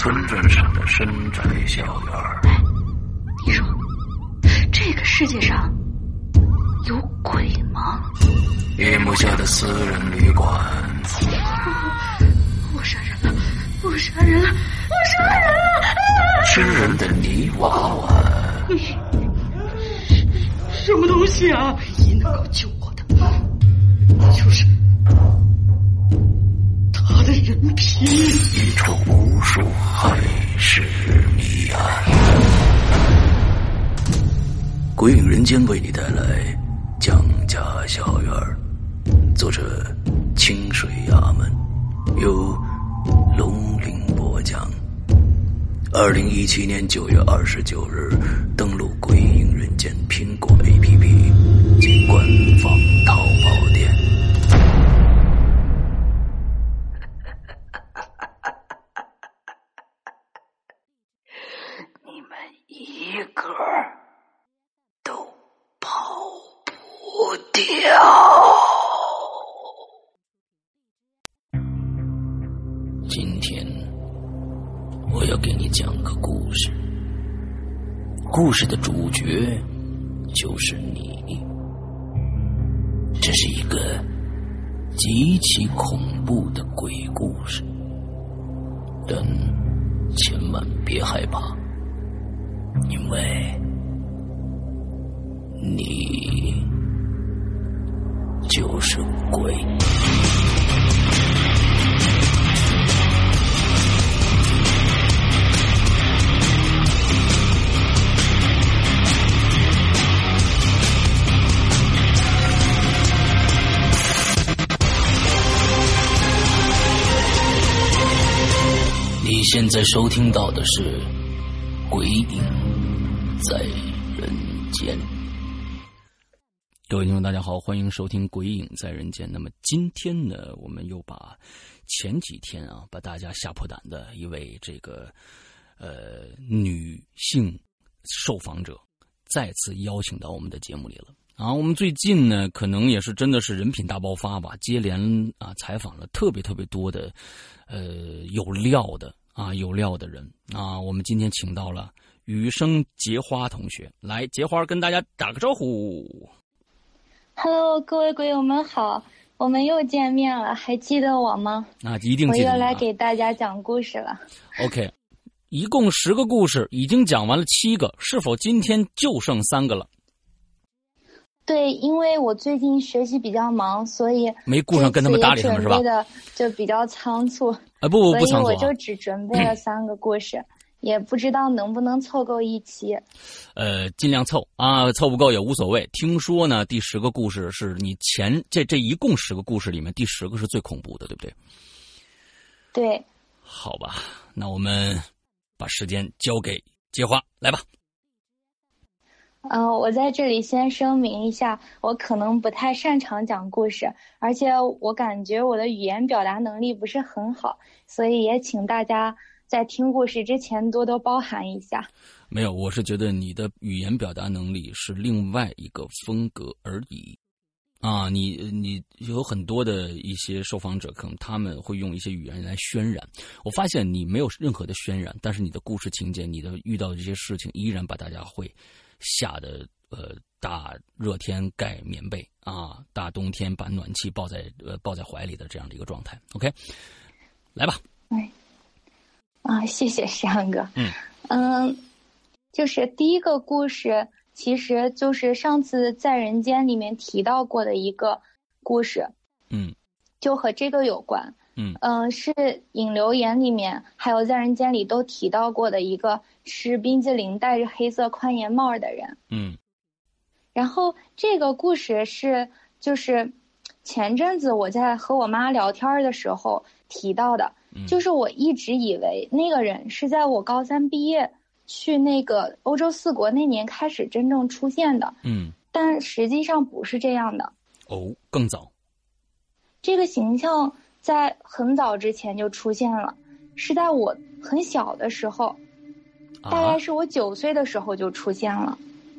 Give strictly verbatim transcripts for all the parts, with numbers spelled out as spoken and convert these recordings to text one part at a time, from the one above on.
村镇上的深宅小院。 哎，你说这个世界上有鬼吗？ 夜幕下的私人旅馆。 我杀人了，我杀人了，我杀人了！啊、 吃人的泥娃娃。 什么东西啊？唯一能够救我的，就是他的人皮。 一出无数害世谜案。鬼影人间为你带来蒋家小院，作者清水衙门，由龙鳞播讲。二零一七年九月二十九日登录鬼影人间苹果 A P P 及官方淘宝店。 你们一个都跑不掉。 今天我要给你讲个故事，故事的主角就是你。这是一个极其恐怖的鬼故事，但千万别害怕，因为你就是鬼。你现在收听到的是《鬼影在人间》。各位听众大家好，欢迎收听《鬼影在人间》。那么今天呢，我们又把前几天啊把大家吓破胆的一位这个呃女性受访者再次邀请到我们的节目里了。啊，我们最近呢，可能也是真的是人品大爆发吧，接连啊采访了特别特别多的，呃有料的啊有料的人啊。我们今天请到了雨生结花同学，来，结花跟大家打个招呼。 Hello， 各位鬼友们好，我们又见面了，还记得我吗？ 那、啊、一定记得你、啊。 我又来给大家讲故事了。 OK， 一共十个故事，已经讲完了七个，是否今天就剩三个了？ 对，因为我最近学习比较忙，所以没顾上跟他们搭理他们是吧？ 准备的就比较仓促。 啊不不不仓促、啊， 所以我就只准备了三个故事，也不知道能不能凑够一期。 呃，尽量凑啊，凑不够也无所谓。听说呢，第十个故事是你前这这一共十个故事里面第十个是最恐怖的，对不对？ 对。 好吧，那我们把时间交给结花，来吧。 嗯、呃，我在这里先声明一下，我可能不太擅长讲故事，而且我感觉我的语言表达能力不是很好，所以也请大家在听故事之前多多包涵一下。 没有，我是觉得你的语言表达能力是另外一个风格而已。啊，你你有很多的一些受访者，可能他们会用一些语言来渲染。我发现你没有任何的渲染，但是你的故事情节，你的遇到的这些事情，依然把大家会吓得呃大热天盖棉被啊，大冬天把暖气抱在呃抱在怀里的这样的一个状态。OK， 来吧。 哎，啊，谢谢山哥。 嗯嗯，就是第一个故事。其实就是上次在人间里面提到过的一个故事， 嗯， 就和这个有关， 嗯嗯、呃，是引流言里面还有在人间里都提到过的一个吃冰激凌戴着黑色宽檐帽的人， 嗯， 然后这个故事是就是前阵子我在和我妈聊天的时候提到的， 嗯、 就是我一直以为那个人是在我高三毕业去那个欧洲四国那年开始真正出现的， 嗯， 但实际上不是这样的。 哦，更早。 这个形象在很早之前就出现了，是在我很小的时候， 啊、 大概是我九岁的时候就出现了。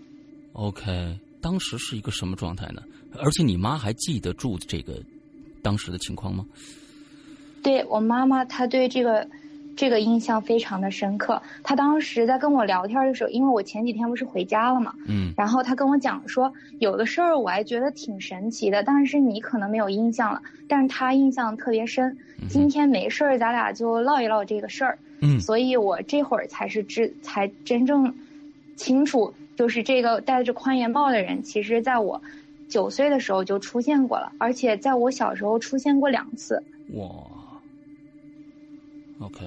OK， 当时是一个什么状态呢？而且你妈还记得住这个当时的情况吗？ 对，我妈妈她对这个这个印象非常的深刻。他当时在跟我聊天的时候，因为我前几天不是回家了嘛， 嗯， 然后他跟我讲说，有的事儿我还觉得挺神奇的，但是你可能没有印象了，但是他印象特别深。嗯、今天没事儿，咱俩就唠一唠这个事儿。 嗯， 所以我这会儿才是知，才真正清楚，就是这个戴着宽檐帽的人，其实在我九岁的时候就出现过了，而且在我小时候出现过两次。 哇 ，OK。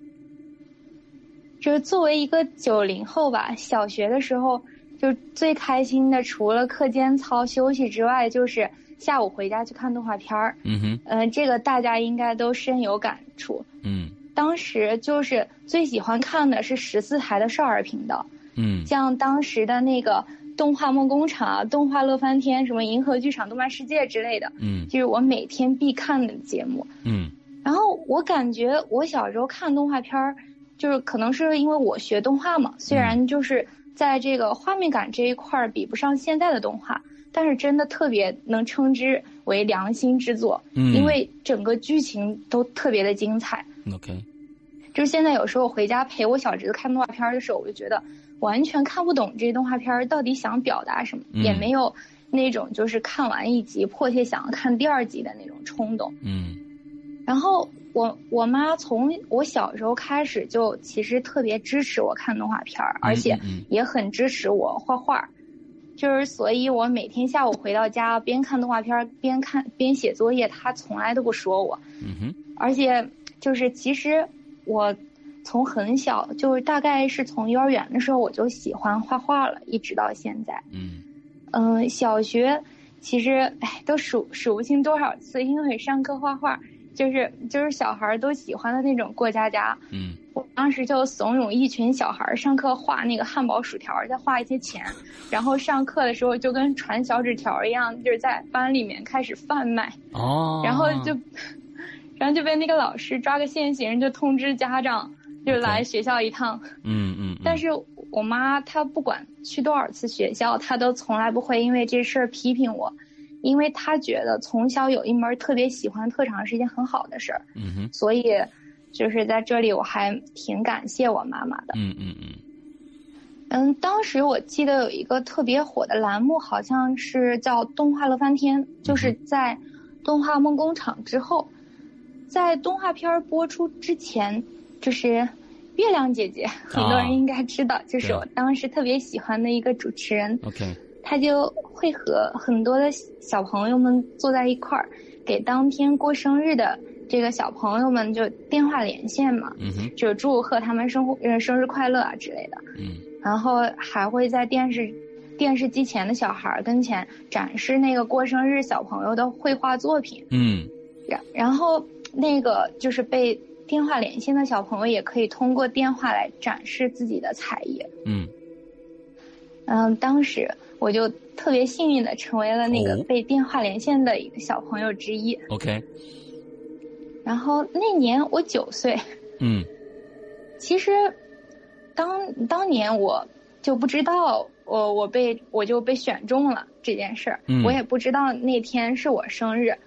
就是作为一个九零后吧，小学的时候就最开心的，除了课间操休息之外，就是下午回家去看动画片儿。 嗯哼， 嗯、呃，这个大家应该都深有感触。 嗯， 当时就是最喜欢看的是十四台的少儿频道。 嗯， 像当时的那个动画梦工厂啊、动画乐翻天、什么银河剧场、动漫世界之类的， 嗯， 就是我每天必看的节目。 嗯， 然后我感觉我小时候看动画片儿。就是可能是因为我学动画嘛，虽然就是在这个画面感这一块比不上现在的动画，但是真的特别能称之为良心之作。嗯，因为整个剧情都特别的精彩。 OK， 就是现在有时候回家陪我小侄子看动画片的时候，我就觉得完全看不懂这些动画片到底想表达什么，嗯、也没有那种就是看完一集迫切想要看第二集的那种冲动。 嗯， 然后。我我妈从我小时候开始就其实特别支持我看动画片儿，而且也很支持我画画，就是所以我每天下午回到家边看动画片边看边写作业，她从来都不说我。 嗯哼，而且就是其实我从很小，就是大概是从幼儿园的时候我就喜欢画画了，一直到现在。 嗯嗯、呃，小学其实哎都数数不清多少次，因为上课画画。就是就是小孩都喜欢的那种过家家， 嗯， 我当时就怂恿一群小孩上课画那个汉堡薯条，再画一些钱，然后上课的时候就跟传小纸条一样，就是在班里面开始贩卖。 哦， 然后就，然后就被那个老师抓个现行，就通知家长，就来学校一趟。 嗯嗯。 但是我妈她不管去多少次学校，她都从来不会因为这事儿批评我。因为他觉得从小有一门特别喜欢特长是一件很好的事儿， 嗯哼， 所以就是在这里我还挺感谢我妈妈的。 嗯嗯嗯。 嗯，当时我记得有一个特别火的栏目，好像是叫《动画乐翻天》，就是在动画梦工厂之后，在动画片播出之前，就是月亮姐姐，很多人应该知道，就是我当时特别喜欢的一个主持人。 OK。 他就会和很多的小朋友们坐在一块儿，给当天过生日的这个小朋友们就电话连线嘛， 嗯哼， 就祝贺他们生活呃生日快乐啊之类的， 嗯， 然后还会在电视电视机前的小孩跟前展示那个过生日小朋友的绘画作品， 嗯， 然然后那个就是被电话连线的小朋友也可以通过电话来展示自己的才艺， 嗯， 嗯，当时。我就特别幸运的成为了那个被电话连线的一个小朋友之一。 OK。 然后那年我九岁。 嗯。 其实，当当年我就不知道我我被我就被选中了这件事儿、 嗯， 我也不知道那天是我生日。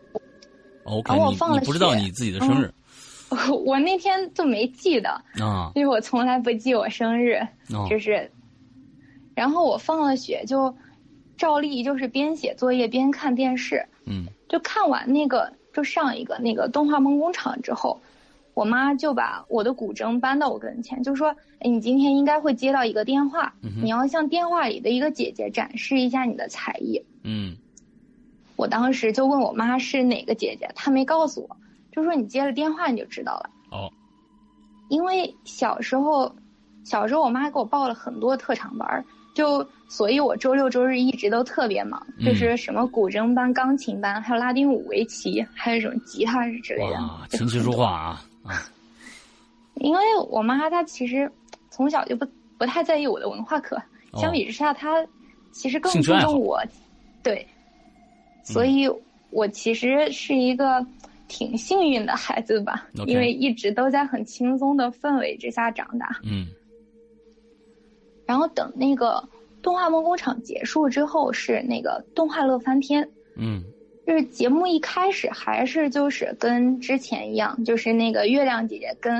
OK。 然后我放了你不知道你自己的生日。 嗯、我那天就没记得啊， 因为我从来不记我生日， 哦、 就是。然后我放了学就照例就是边写作业边看电视， 嗯， 就看完那个就上一个那个动画梦工厂之后，我妈就把我的古筝搬到我跟前，就说：“哎，你今天应该会接到一个电话、 嗯， 你要向电话里的一个姐姐展示一下你的才艺。” 嗯， 我当时就问我妈是哪个姐姐，她没告诉我，就说你接了电话你就知道了。 哦， 因为小时候，小时候我妈给我报了很多特长班。就所以我周六周日一直都特别忙、嗯、就是什么古筝班、钢琴班，还有拉丁舞、围棋，还有什么吉他之类的。 哇，琴棋书画啊啊！ 因为我妈她其实从小就不不太在意我的文化课、哦、相比之下她其实更注重我，对，所以我其实是一个挺幸运的孩子吧、 嗯、 因为一直都在很轻松的氛围之下长大。 嗯。 然后等那个动画梦工厂结束之后，是那个动画乐翻天。 嗯， 就是节目一开始还是就是跟之前一样，就是那个月亮姐姐跟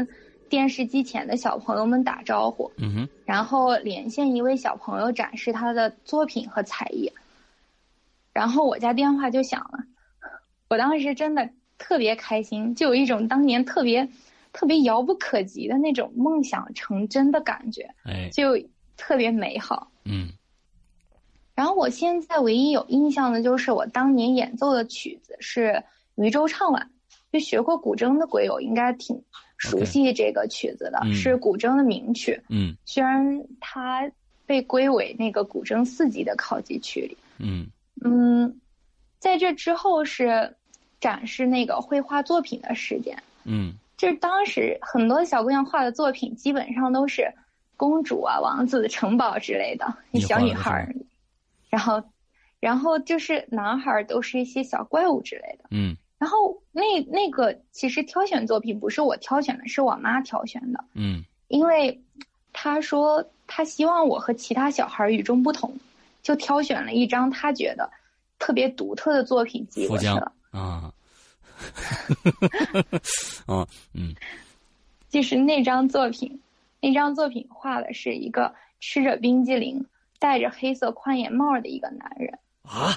电视机前的小朋友们打招呼， 嗯哼， 然后连线一位小朋友展示他的作品和才艺，然后我家电话就响了，我当时真的特别开心，就有一种当年特别特别遥不可及的那种梦想成真的感觉， 哎， 就特别美好。 嗯， 然后我现在唯一有印象的就是我当年演奏的曲子是《渔舟唱晚》，就学过古筝的鬼友应该挺熟悉这个曲子的， okay. 是古筝的名曲。 嗯， 虽然它被归为那个古筝四级的考级曲里。 嗯嗯，在这之后是展示那个绘画作品的时间。 嗯， 就是当时很多小姑娘画的作品基本上都是公主啊、王子、城堡之类的，小女孩，然后然后就是男孩都是一些小怪物之类的。 嗯， 然后那那个其实挑选作品不是我挑选的，是我妈挑选的。 嗯，因为她说她希望我和其他小孩与众不同，就挑选了一张她觉得特别独特的作品寄过去了。 啊，哦，嗯， 就是那张作品，那张作品画的是一个吃着冰激凌、戴着黑色宽檐帽的一个男人啊，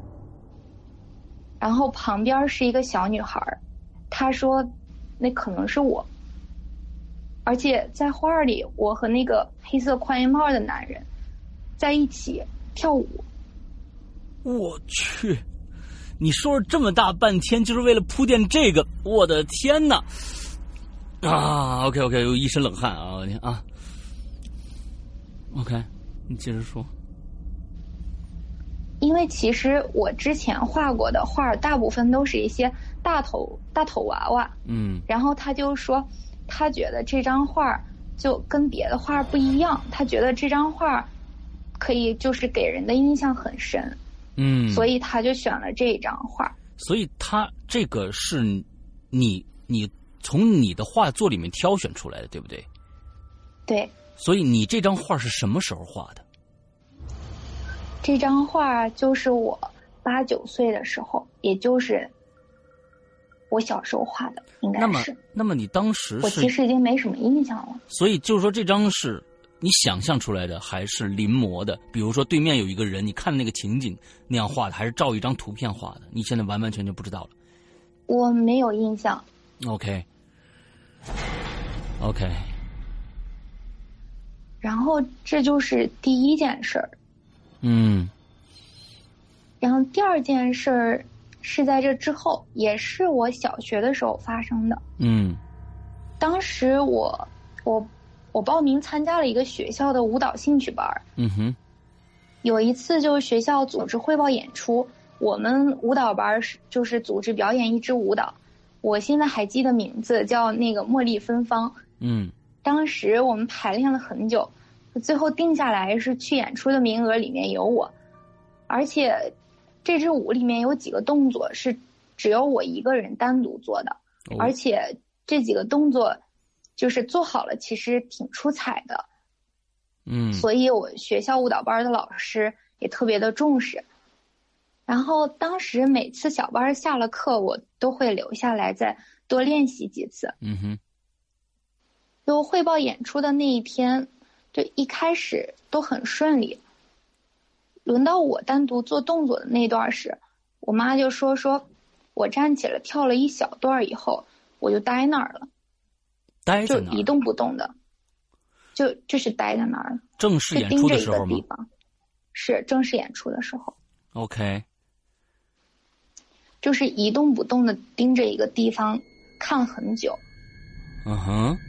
然后旁边是一个小女孩，她说那可能是我，而且在画里我和那个黑色宽檐帽的男人在一起跳舞。 我去，你说了这么大半天就是为了铺垫这个，我的天哪！啊 ，OK OK， 有一身冷汗啊，你啊 ，OK， 你接着说。 因为其实我之前画过的画大部分都是一些大头大头娃娃， 嗯， 然后他就说他觉得这张画就跟别的画不一样，他觉得这张画可以就是给人的印象很深， 嗯， 所以他就选了这张画。 所以他这个是你你从你的画作里面挑选出来的，对不对？ 对。 所以你这张画是什么时候画的？ 这张画就是我八九岁的时候，也就是我小时候画的，应该是。 那么，那么你当时是？ 我其实已经没什么印象了。 所以就是说，这张是你想象出来的，还是临摹的？比如说，对面有一个人，你看那个情景那样画的，还是照一张图片画的？你现在完完全全不知道了。 我没有印象。 OK。OK。 然后这就是第一件事儿。 嗯， 然后第二件事儿是在这之后，也是我小学的时候发生的。 嗯， 当时我我我报名参加了一个学校的舞蹈兴趣班。 嗯哼， 有一次就是学校组织汇报演出，我们舞蹈班是就是组织表演一支舞蹈，我现在还记得名字叫那个茉莉芬芳。 嗯， 当时我们排练了很久。最后定下来是去演出的名额里面有我，而且这支舞里面有几个动作是只有我一个人单独做的，哦，而且这几个动作就是做好了其实挺出彩的。 嗯， 所以我学校舞蹈班的老师也特别的重视。然后当时每次小班下了课，我都会留下来再多练习几次。 嗯哼， 就汇报演出的那一天，就一开始都很顺利，轮到我单独做动作的那段时，我妈就说说我站起来跳了一小段以后，我就呆那儿了， 呆在那儿， 就一动不动的，就就是呆在那儿了。 正式演出的时候吗？ 是正式演出的时候。 OK， 就是一动不动的盯着一个地方看很久。 嗯哼。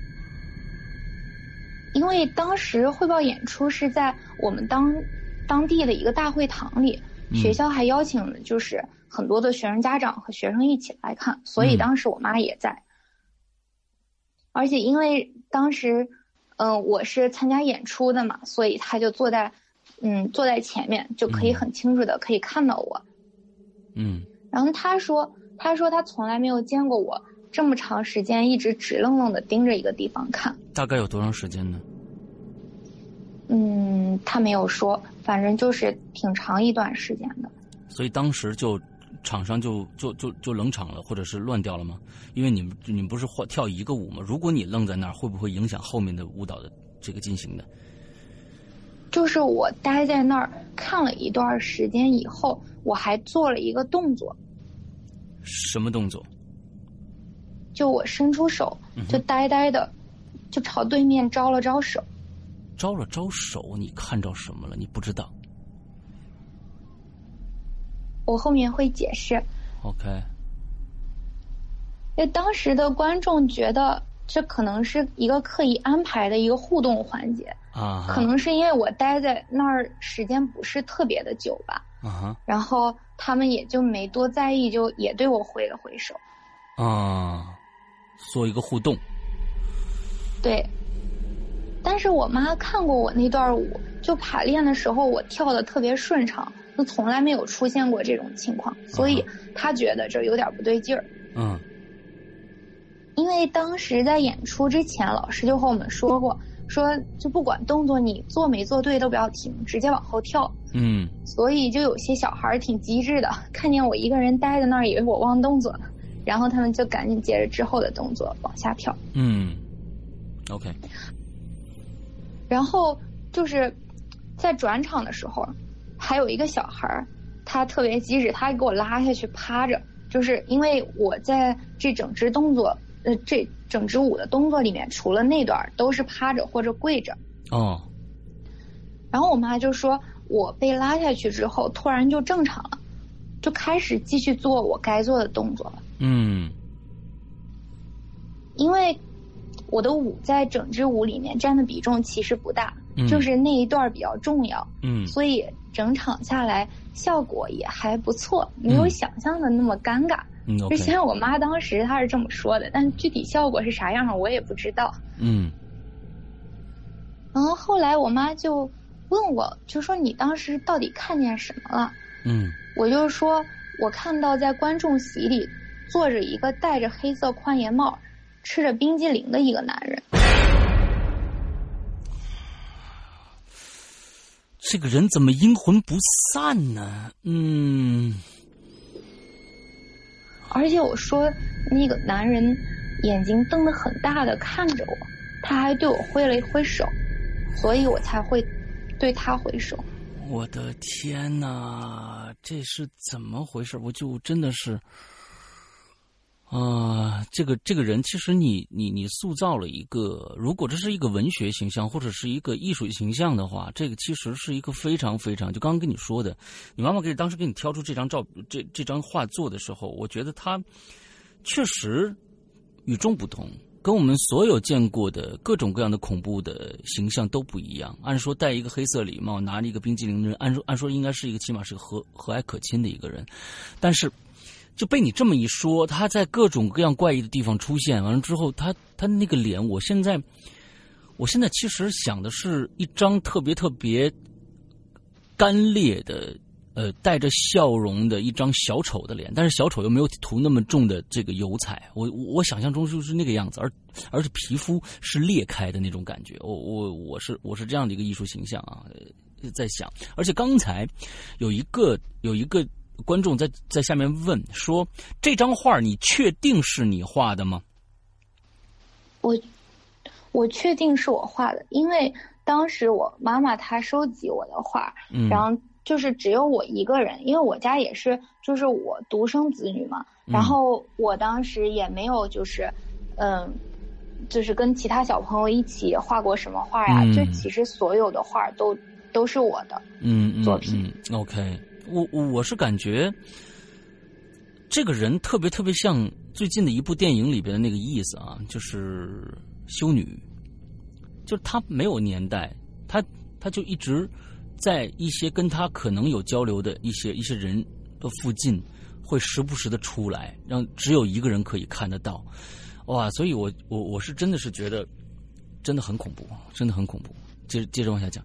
因为当时汇报演出是在我们当当地的一个大会堂里， 嗯， 学校还邀请了就是很多的学生家长和学生一起来看，所以当时我妈也在。嗯，而且因为当时嗯、呃、我是参加演出的嘛，所以她就坐在嗯坐在前面，就可以很清楚的可以看到我。 嗯， 然后她说她说她从来没有见过我这么长时间一直直愣愣的盯着一个地方看。 大概有多长时间呢？ 嗯，他没有说，反正就是挺长一段时间的。 所以当时就场上就就就就冷场了，或者是乱掉了吗？因为你们你们不是跳一个舞吗？如果你愣在那儿，会不会影响后面的舞蹈的这个进行的？ 就是我待在那儿看了一段时间以后，我还做了一个动作。 什么动作？ 就我伸出手，就呆呆的，就朝对面招了招手。 招了招手，你看着什么了？你不知道？ 我后面会解释。 OK。 因为当时的观众觉得这可能是一个刻意安排的一个互动环节啊， 可能是因为我待在那儿时间不是特别的久吧， 啊， 然后他们也就没多在意，就也对我挥了挥手。 啊，做一个互动。 对。但是我妈看过我那段舞，就排练的时候我跳得特别顺畅，就从来没有出现过这种情况，所以她觉得这有点不对劲儿。 嗯。 因为当时在演出之前，老师就和我们说过，说就不管动作你做没做对都不要停，直接往后跳。 嗯。所以就有些小孩挺机智的，看见我一个人待在那儿，以为我忘动作了，然后他们就赶紧接着之后的动作往下跳。 嗯。OK。 然后就是在转场的时候，还有一个小孩，他特别机智，他给我拉下去趴着，就是因为我在这整支动作，呃，这整支舞的动作里面，除了那段都是趴着或者跪着。 哦。 然后我妈就说，我被拉下去之后，突然就正常了，就开始继续做我该做的动作了。 嗯。 因为我的舞在整支舞里面占的比重其实不大， 嗯、 就是那一段比较重要， 嗯， 所以整场下来效果也还不错，没有想象的那么尴尬。 嗯， 就虽然我妈当时她是这么说的，但具体效果是啥样我也不知道。 嗯。 然后后来我妈就问我，就说你当时到底看见什么了？ 嗯， 我就说我看到在观众席里坐着一个戴着黑色宽檐帽，吃着冰激凌的一个男人。 这个人怎么阴魂不散呢？嗯。 而且我说那个男人眼睛瞪得很大的看着我，他还对我挥了一挥手，所以我才会对他挥手。 我的天哪，这是怎么回事？我就真的是啊、呃，这个这个人，其实你你你塑造了一个，如果这是一个文学形象或者是一个艺术形象的话，这个其实是一个非常非常，就刚刚跟你说的，你妈妈给当时给你挑出这张照这这张画作的时候，我觉得他确实与众不同，跟我们所有见过的各种各样的恐怖的形象都不一样。按说戴一个黑色礼帽，拿着一个冰激凌的人，按说按说应该是一个起码是个和和蔼可亲的一个人，但是就被你这么一说，他在各种各样怪异的地方出现，完了之后，他他那个脸，我现在，我现在其实想的是一张特别特别干裂的，呃，带着笑容的一张小丑的脸，但是小丑又没有涂那么重的这个油彩，我我想象中就是那个样子，而而且皮肤是裂开的那种感觉，我我我是我是这样的一个艺术形象啊，在想，而且刚才有一个有一个。观众在在下面问说：“这张画你确定是你画的吗？” 我我确定是我画的，因为当时我妈妈她收集我的画， 嗯， 然后就是只有我一个人，因为我家也是就是我独生子女嘛， 嗯、 然后我当时也没有就是嗯，就是跟其他小朋友一起画过什么画呀， 嗯、 就其实所有的画都都是我的嗯作品。 嗯嗯、OK。我我我是感觉，这个人特别特别像最近的一部电影里边的那个意思啊，就是修女，就是他没有年代，他他就一直在一些跟他可能有交流的一些一些人的附近，会时不时的出来，让只有一个人可以看得到，哇！所以我我我是真的是觉得真的很恐怖，真的很恐怖。接接着往下讲。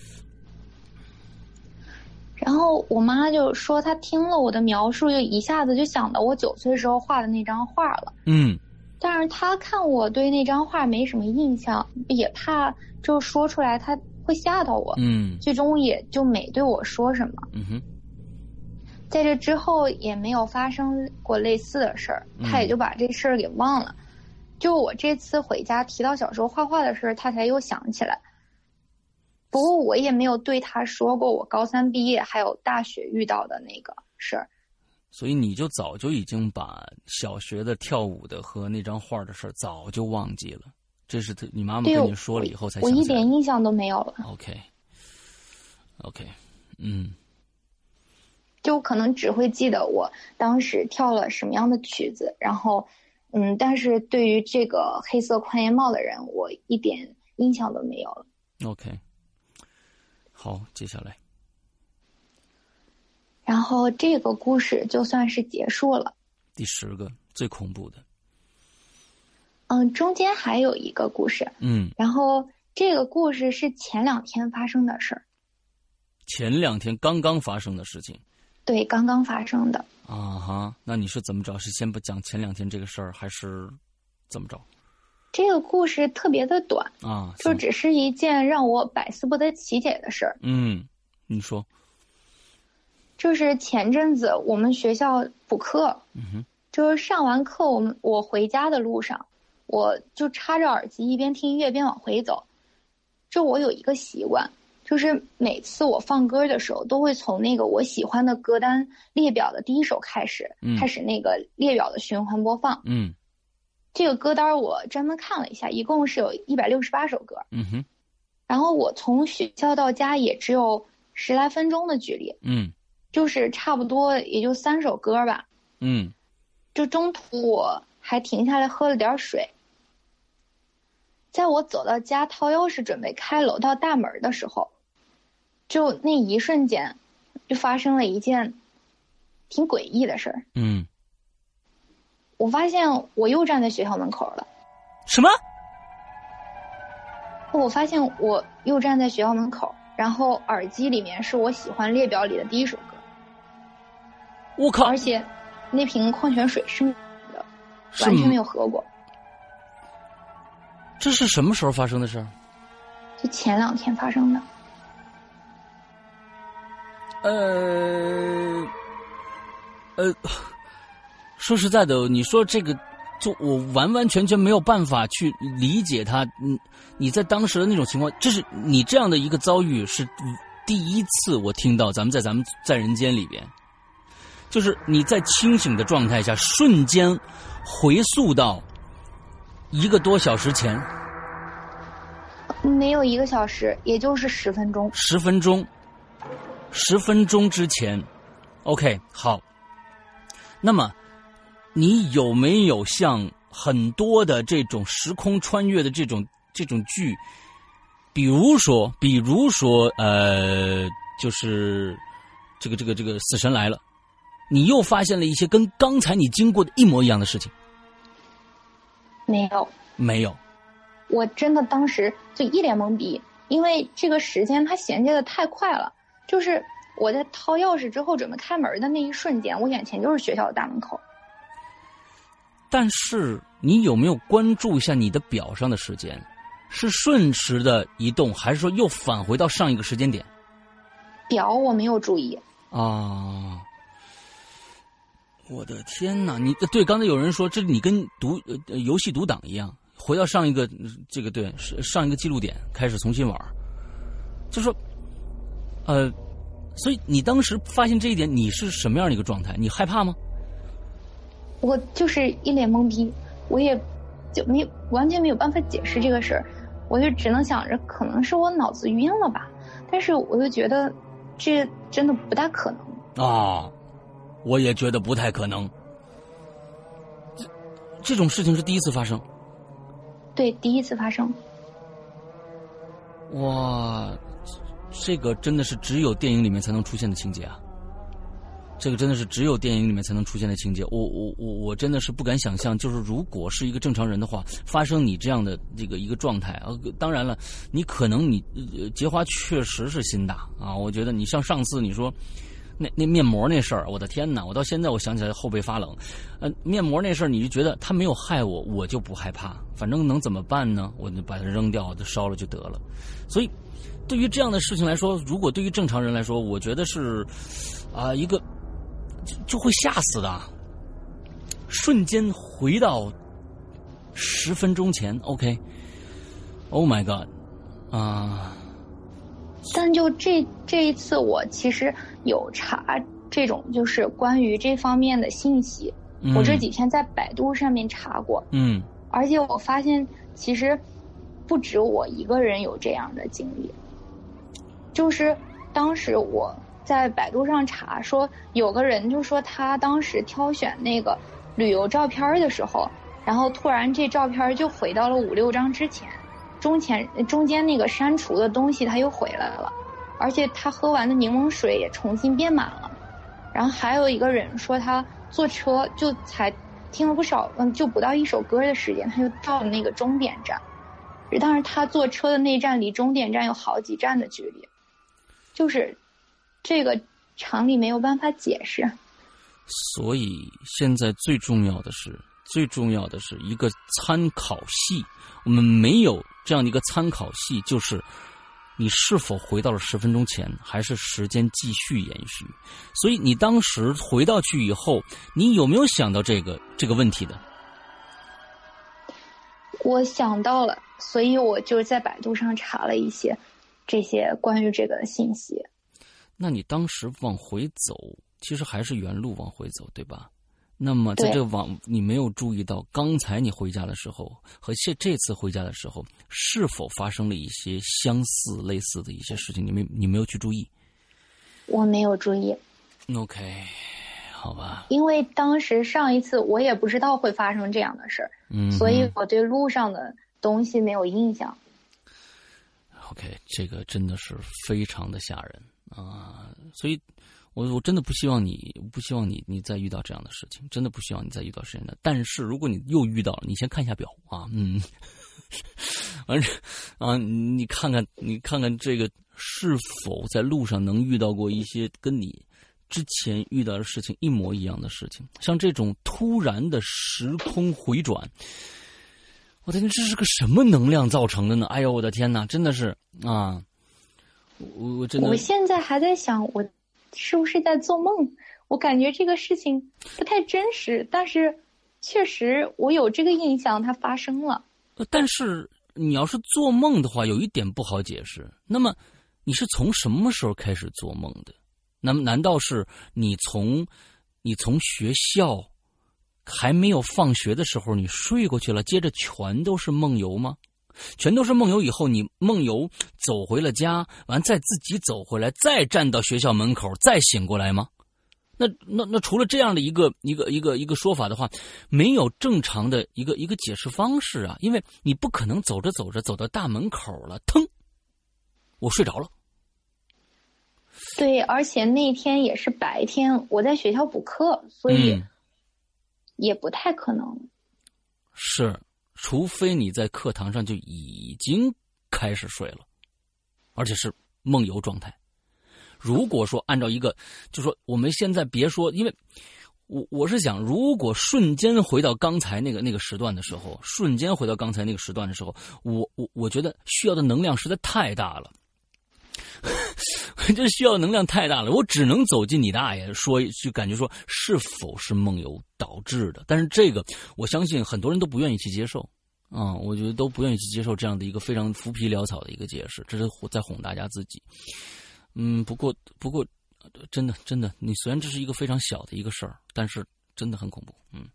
然后我妈就说她听了我的描述，就一下子就想到我九岁时候画的那张画了。 嗯， 但是她看我对那张画没什么印象，也怕就说出来她会吓到我。 嗯， 最终也就没对我说什么。 嗯哼。 在这之后也没有发生过类似的事儿，他也就把这事儿给忘了。就我这次回家提到小时候画画的事儿，他才又想起来。不过我也没有对他说过我高三毕业还有大学遇到的那个事儿。 所以你就早就已经把小学的跳舞的和那张画的事儿早就忘记了，这是你妈妈跟你说了以后才想起来。 我一点印象都没有了。 OK OK 嗯， 就可能只会记得我当时跳了什么样的曲子，然后嗯，但是对于这个黑色宽檐帽的人我一点印象都没有了。 OK 好，接下来然后这个故事就算是结束了。 第十个最恐怖的。 嗯，中间还有一个故事。 嗯， 然后这个故事是前两天发生的事儿。 前两天刚刚发生的事情。 对，刚刚发生的。 啊哈，那你是怎么着？是先不讲前两天这个事儿，还是怎么着？ 这个故事特别的短啊， 就只是一件让我百思不得其解的事儿。 嗯，你说。 就是前阵子我们学校补课， 嗯哼， 就是上完课我们我回家的路上，我就插着耳机一边听音乐边往回走。就我有一个习惯，就是每次我放歌的时候都会从那个我喜欢的歌单列表的第一首开始、嗯、开始那个列表的循环播放。 嗯， 这个歌单我专门看了一下，一共是有一百六十八首歌。 嗯哼， 然后我从学校到家也只有十来分钟的距离。 嗯， 就是差不多也就三首歌吧。 嗯， 就中途我还停下来喝了点水。在我走到家掏钥匙准备开楼道大门的时候，就那一瞬间就发生了一件挺诡异的事儿。 嗯， 我发现我又站在学校门口了。 什么？ 我发现我又站在学校门口，然后耳机里面是我喜欢列表里的第一首歌。 我靠！ 而且那瓶矿泉水是的，完全没有喝过。 这是什么时候发生的事儿？ 就前两天发生的。 呃呃，说实在的，你说这个，就我完完全全没有办法去理解他。你你在当时的那种情况，这是你这样的一个遭遇是第一次我听到。咱们在咱们在人间里边。就是你在清醒的状态下，瞬间回溯到一个多小时前。 没有一个小时，也就是十分钟。 十分钟，十分钟之前。OK， 好。那么，你有没有像很多的这种时空穿越的这种这种剧，比如说，比如说，呃，就是这个这个这个死神来了。你又发现了一些跟刚才你经过的一模一样的事情？ 没有， 没有。 我真的当时就一脸懵逼，因为这个时间它衔接的太快了。就是我在掏钥匙之后准备开门的那一瞬间，我眼前就是学校的大门口。 但是你有没有关注一下你的表上的时间？是顺时的移动，还是说又返回到上一个时间点？ 表我没有注意。 啊。我的天哪！你对刚才有人说，这你跟读呃游戏读档一样，回到上一个这个对上一个记录点开始重新玩，就说，呃，所以你当时发现这一点，你是什么样的一个状态？你害怕吗？ 我就是一脸懵逼，我也就没完全没有办法解释这个事儿，我就只能想着可能是我脑子晕了吧，但是我就觉得这真的不大可能啊。我也觉得不太可能。这这种事情是第一次发生。 对，第一次发生。 哇，这个真的是只有电影里面才能出现的情节啊！这个真的是只有电影里面才能出现的情节。我我我我真的是不敢想象，就是如果是一个正常人的话，发生你这样的这个一个状态啊。当然了，你可能你呃杰华确实是心大啊。我觉得你像上次你说。那那面膜那事儿，我的天哪！我到现在我想起来后背发冷。呃，面膜那事儿，你就觉得他没有害我，我就不害怕。反正能怎么办呢？我就把它扔掉，就烧了就得了。所以，对于这样的事情来说，如果对于正常人来说，我觉得是啊、呃、一个就就会吓死的，瞬间回到十分钟前。 OK，Oh my God 啊！ 但就这这一次，我其实有查这种就是关于这方面的信息。嗯、我这几天在百度上面查过，嗯，而且我发现其实不止我一个人有这样的经历。就是当时我在百度上查说，有个人就说他当时挑选那个旅游照片的时候，然后突然这照片就回到了五六张之前。中前中间那个删除的东西他又回来了，而且他喝完的柠檬水也重新变满了。然后还有一个人说他坐车就才听了不少，嗯，就不到一首歌的时间，他就到了那个终点站。当时他坐车的那站离终点站有好几站的距离，就是这个常理没有办法解释。 所以现在最重要的是，最重要的是一个参考系，我们没有这样的一个参考系，就是你是否回到了十分钟前，还是时间继续延续。所以你当时回到去以后，你有没有想到这个这个问题的？ 我想到了，所以我就在百度上查了一些这些关于这个的信息。 那你当时往回走，其实还是原路往回走，对吧？那么在这个往，你没有注意到刚才你回家的时候和这这次回家的时候是否发生了一些相似类似的一些事情，你没你没有去注意？ 我没有注意。 OK， 好吧， 因为当时上一次我也不知道会发生这样的事儿，嗯，所以我对路上的东西没有印象。 OK， 这个真的是非常的吓人啊！所以我我真的不希望你不希望你你再遇到这样的事情，真的不希望你再遇到这样的。但是如果你又遇到了，你先看一下表啊，嗯，完事啊，你看看你看看这个是否在路上能遇到过一些跟你之前遇到的事情一模一样的事情，像这种突然的时空回转，我的天，这是个什么能量造成的呢？哎呦，我的天哪，真的是啊，我我真的， 我现在还在想我是不是在做梦？我感觉这个事情不太真实，但是确实我有这个印象，它发生了。 但是你要是做梦的话，有一点不好解释。那么你是从什么时候开始做梦的？那么难道是你从你从学校还没有放学的时候你睡过去了，接着全都是梦游吗？全都是梦游以后，你梦游走回了家，完再自己走回来，再站到学校门口，再醒过来吗？那那那除了这样的一个一个一个一个说法的话，没有正常的一个一个解释方式啊，因为你不可能走着走着走到大门口了，腾，我睡着了。 对，而且那天也是白天，我在学校补课，所以也不太可能。嗯、 是。除非你在课堂上就已经开始睡了，而且是梦游状态。如果说按照一个，就说我们现在别说，因为我我是想，如果瞬间回到刚才那个那个时段的时候，瞬间回到刚才那个时段的时候，我我我觉得需要的能量实在太大了。这需要能量太大了，我只能走进你大爷说，去感觉说是否是梦游导致的。但是这个我相信很多人都不愿意去接受啊、嗯，我觉得都不愿意去接受这样的一个非常浮皮潦草的一个解释，这是在哄大家自己。嗯，不过不过真的真的，你虽然这是一个非常小的一个事儿，但是真的很恐怖。嗯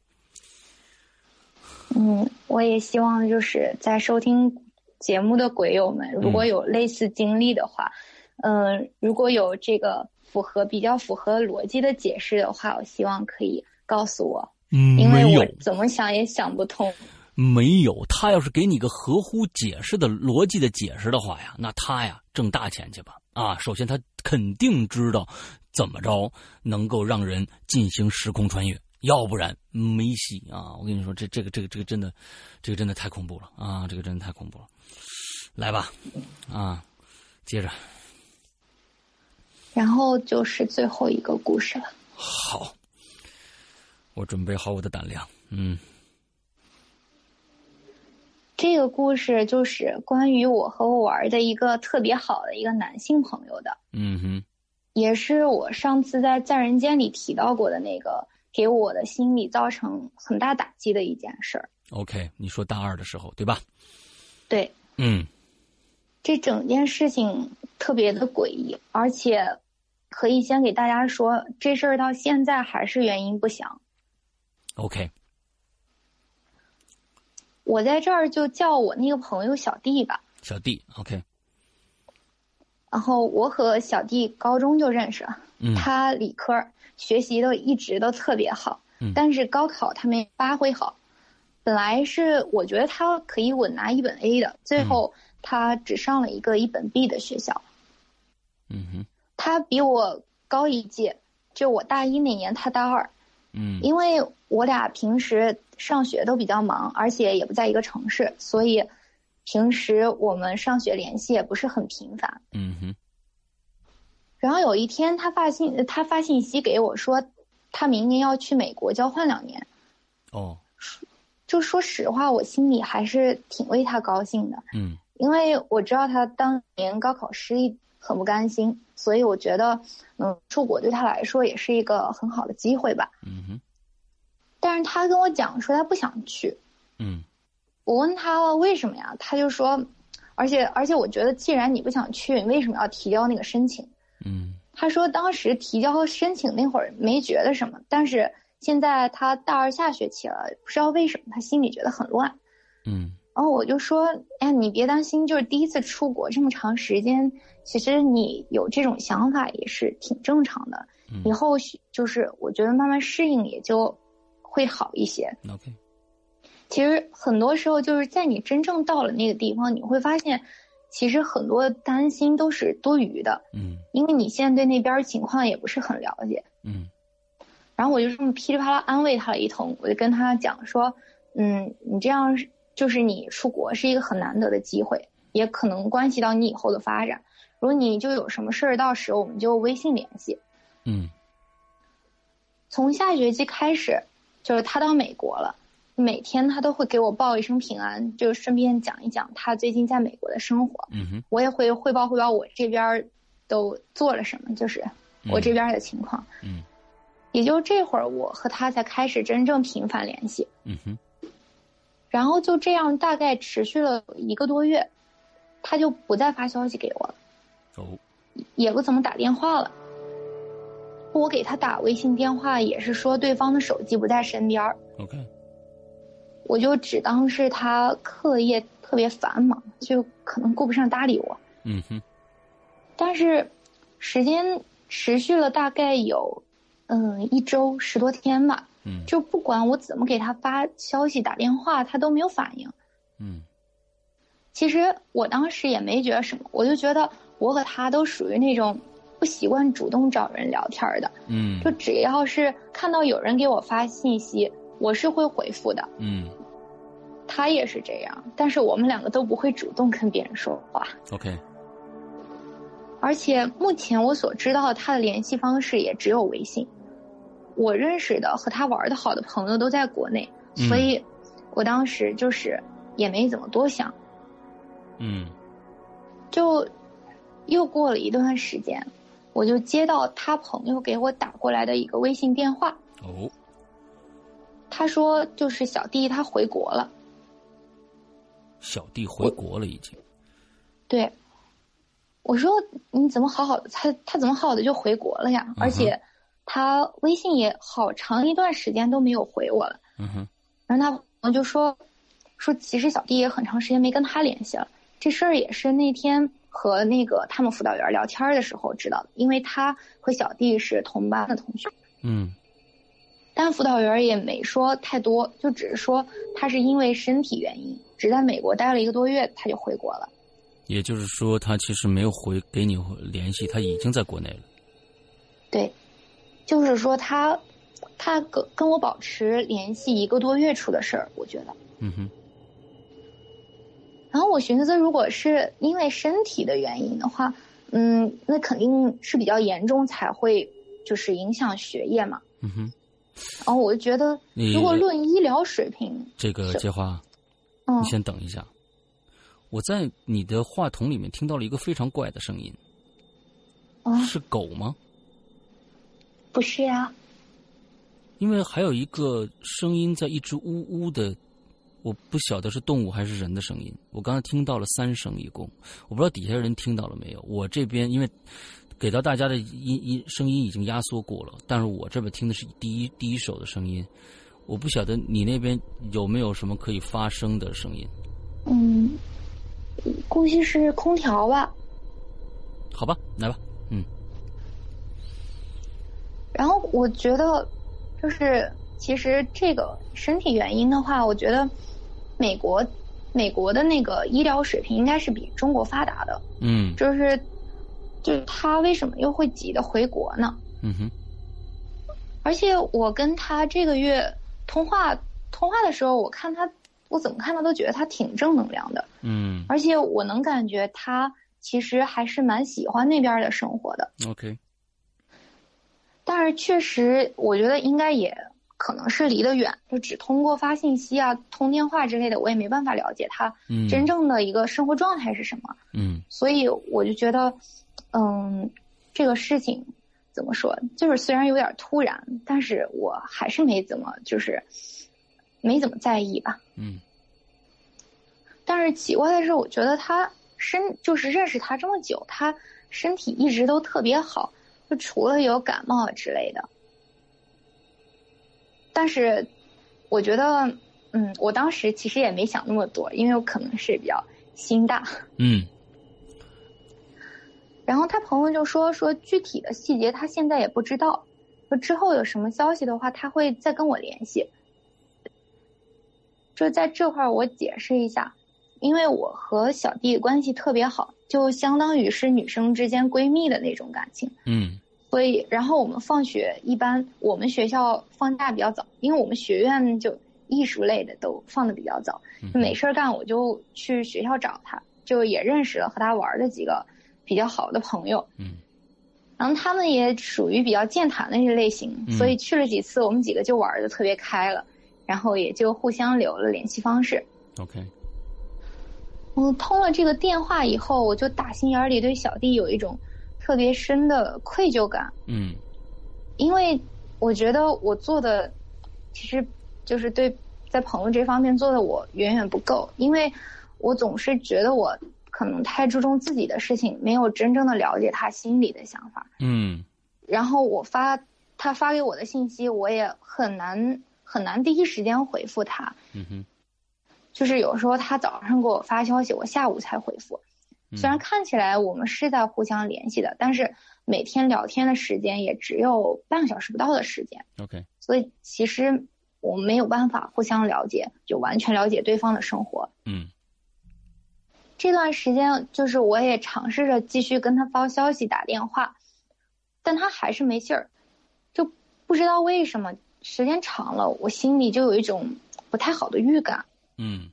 嗯，我也希望就是在收听节目的鬼友们，如果有类似经历的话。嗯，呃、如果有这个符合比较符合逻辑的解释的话，我希望可以告诉我， 嗯、 因为我怎么想也想不通。 没有，他要是给你个合乎解释的逻辑的解释的话呀，那他呀挣大钱去吧啊！首先他肯定知道怎么着能够让人进行时空穿越，要不然没戏啊！我跟你说，这这个这个这个真的，这个真的太恐怖了啊！这个真的太恐怖了。来吧，啊，接着。 然后就是最后一个故事了。 好，我准备好我的胆量。嗯， 这个故事就是关于我和我玩的一个特别好的一个男性朋友的。 嗯哼， 也是我上次在在人间里提到过的那个给我的心理造成很大打击的一件事儿。 OK， 你说大二的时候对吧？ 对， 嗯， 这整件事情特别的诡异，而且可以先给大家说，这事儿到现在还是原因不详。 OK， 我在这儿就叫我那个朋友小弟吧。 小弟 ，OK。 然后我和小弟高中就认识了， 嗯， 他理科学习都一直都特别好， 嗯， 但是高考他没发挥好。本来是我觉得他可以稳拿一本 A 的，最后他只上了一个一本 B 的学校。 嗯哼， 他比我高一届，就我大一那年他大二。 嗯， 因为我俩平时上学都比较忙，而且也不在一个城市，所以平时我们上学联系也不是很频繁。 嗯哼。 然后有一天他发信他发信息给我说，他明年要去美国交换两年。 哦。 就说实话，我心里还是挺为他高兴的。 嗯。因为我知道他当年高考失利很不甘心，所以我觉得嗯，出国对他来说也是一个很好的机会吧。 嗯哼。 但是他跟我讲说他不想去。 嗯。 我问他为什么呀，他就说，而且而且我觉得既然你不想去，你为什么要提交那个申请？ 嗯。他说当时提交申请那会儿没觉得什么，但是现在他大二下学期了，不知道为什么他心里觉得很乱。 嗯。 然后我就说，哎，你别担心，就是第一次出国这么长时间，其实你有这种想法也是挺正常的。嗯、以后就是我觉得慢慢适应也就会好一些。 OK。 其实很多时候就是在你真正到了那个地方，你会发现，其实很多担心都是多余的。 嗯。 因为你现在对那边情况也不是很了解。 嗯。 然后我就这么噼里啪啦安慰他了一通，我就跟他讲说，嗯，你这样就是你出国是一个很难得的机会，也可能关系到你以后的发展。如果你就有什么事儿，到时候我们就微信联系。 嗯。 从下学期开始，就是他到美国了，每天他都会给我报一声平安，就顺便讲一讲他最近在美国的生活。 嗯哼。 我也会汇报汇报我这边都做了什么，就是我这边的情况。 嗯。 也就这会儿，我和他才开始真正频繁联系。 嗯哼。 然后就这样大概持续了一个多月，他就不再发消息给我了。 哦。 也不怎么打电话了。我给他打微信电话也是说对方的手机不在身边。 OK。 我就只当是他课业特别繁忙，就可能顾不上搭理我。 嗯哼。但是时间持续了大概有嗯一周十多天吧。嗯。就不管我怎么给他发消息打电话，他都没有反应。 嗯。 其实我当时也没觉得什么，我就觉得我和他都属于那种不习惯主动找人聊天的。 嗯。 就只要是看到有人给我发信息，我是会回复的。 嗯。 他也是这样，但是我们两个都不会主动跟别人说话。 OK。 而且目前我所知道他的联系方式也只有微信。我认识的和他玩的好的朋友都在国内，嗯、所以我当时就是也没怎么多想。 嗯。 就又过了一段时间，我就接到他朋友给我打过来的一个微信电话。 哦。他说就是小弟他回国了。 小弟回国了已经。 对。我说你怎么好好的，他他怎么好好的就回国了呀？嗯、而且他微信也好长一段时间都没有回我了。 嗯哼。 然后他朋友就说说其实小弟也很长时间没跟他联系了，这事儿也是那天和那个他们辅导员聊天的时候知道的，因为他和小弟是同班的同学。 嗯。 但辅导员也没说太多，就只是说他是因为身体原因，只在美国待了一个多月，他就回国了。 也就是说，他其实没有回给你联系，他已经在国内了。 对，就是说他他跟跟我保持联系一个多月出的事儿，我觉得。 嗯哼。 然后我寻思，如果是因为身体的原因的话，嗯，那肯定是比较严重才会就是影响学业嘛。 嗯哼。 然后我就觉得，如果论医疗水平， 这个接话， 嗯， 你先等一下。我在你的话筒里面听到了一个非常怪的声音。 啊， 是狗吗？ 不是呀。 因为还有一个声音在一直呜呜的，我不晓得是动物还是人的声音。我刚才听到了三声一共，我不知道底下人听到了没有。我这边因为给到大家的音音声音已经压缩过了，但是我这边听的是第一第一手的声音。我不晓得你那边有没有什么可以发声的声音。 嗯，估计是空调吧。 好吧，来吧。嗯。 然后我觉得就是其实这个身体原因的话，我觉得美国美国的那个医疗水平应该是比中国发达的。 嗯， 就是就是他为什么又会急着回国呢？ 嗯哼。 而且我跟他这个月通话通话的时候，我看他，我怎么看他都觉得他挺正能量的。 嗯， 而且我能感觉他其实还是蛮喜欢那边的生活的。 OK。 但是确实，我觉得应该也可能是离得远，就只通过发信息啊、通电话之类的，我也没办法了解他真正的一个生活状态是什么。 嗯， 所以我就觉得，嗯，这个事情怎么说，就是虽然有点突然，但是我还是没怎么就是没怎么在意吧。 嗯。 但是奇怪的是，我觉得他身就是认识他这么久，他身体一直都特别好。就除了有感冒之类的，但是我觉得，嗯，我当时其实也没想那么多，因为我可能是比较心大。 嗯。 然后他朋友就说说具体的细节他现在也不知道，说之后有什么消息的话他会再跟我联系。就在这块我解释一下，因为我和小弟关系特别好，就相当于是女生之间闺蜜的那种感情。 嗯。 所以，然后我们放学一般，我们学校放假比较早，因为我们学院就艺术类的都放的比较早，就没事干我就去学校找他，就也认识了和他玩的几个比较好的朋友。 嗯。 然后他们也属于比较健谈的那类型，所以去了几次，我们几个就玩的特别开了，然后也就互相留了联系方式。 OK。 嗯，通了这个电话以后，我就打心眼里对小弟有一种特别深的愧疚感。 嗯， 因为我觉得我做的其实就是对在朋友这方面做的我远远不够，因为我总是觉得我可能太注重自己的事情，没有真正的了解他心里的想法。 嗯， 然后我发他发给我的信息，我也很难很难第一时间回复他。 嗯哼， 就是有时候他早上给我发消息，我下午才回复。虽然看起来我们是在互相联系的，但是每天聊天的时间也只有半个小时不到的时间。 OK。 所以其实我们没有办法互相了解，就完全了解对方的生活。 嗯。 这段时间就是我也尝试着继续跟他发消息打电话，但他还是没信儿，就不知道为什么时间长了我心里就有一种不太好的预感。 嗯。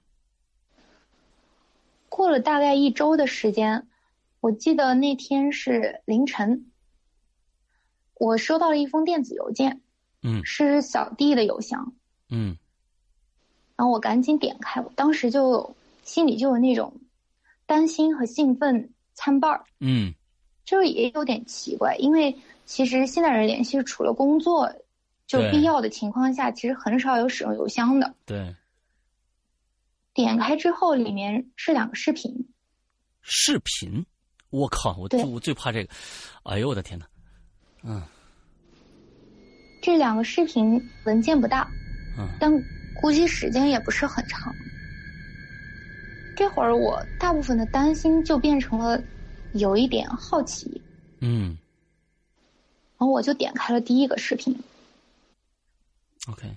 过了大概一周的时间，我记得那天是凌晨，我收到了一封电子邮件。 嗯， 是小弟的邮箱。 嗯， 然后我赶紧点开，我当时就心里就有那种担心和兴奋参半。 嗯， 就是也有点奇怪，因为其实现代人联系除了工作就必要的情况下，其实很少有使用邮箱的。 对。 点开之后，里面是两个视频。 视频？我靠！我我最怕这个。哎呦我的天哪！嗯。 这两个视频文件不大， 嗯， 但估计时间也不是很长。这会儿我大部分的担心就变成了有一点好奇。 嗯。 然后我就点开了第一个视频。 OK。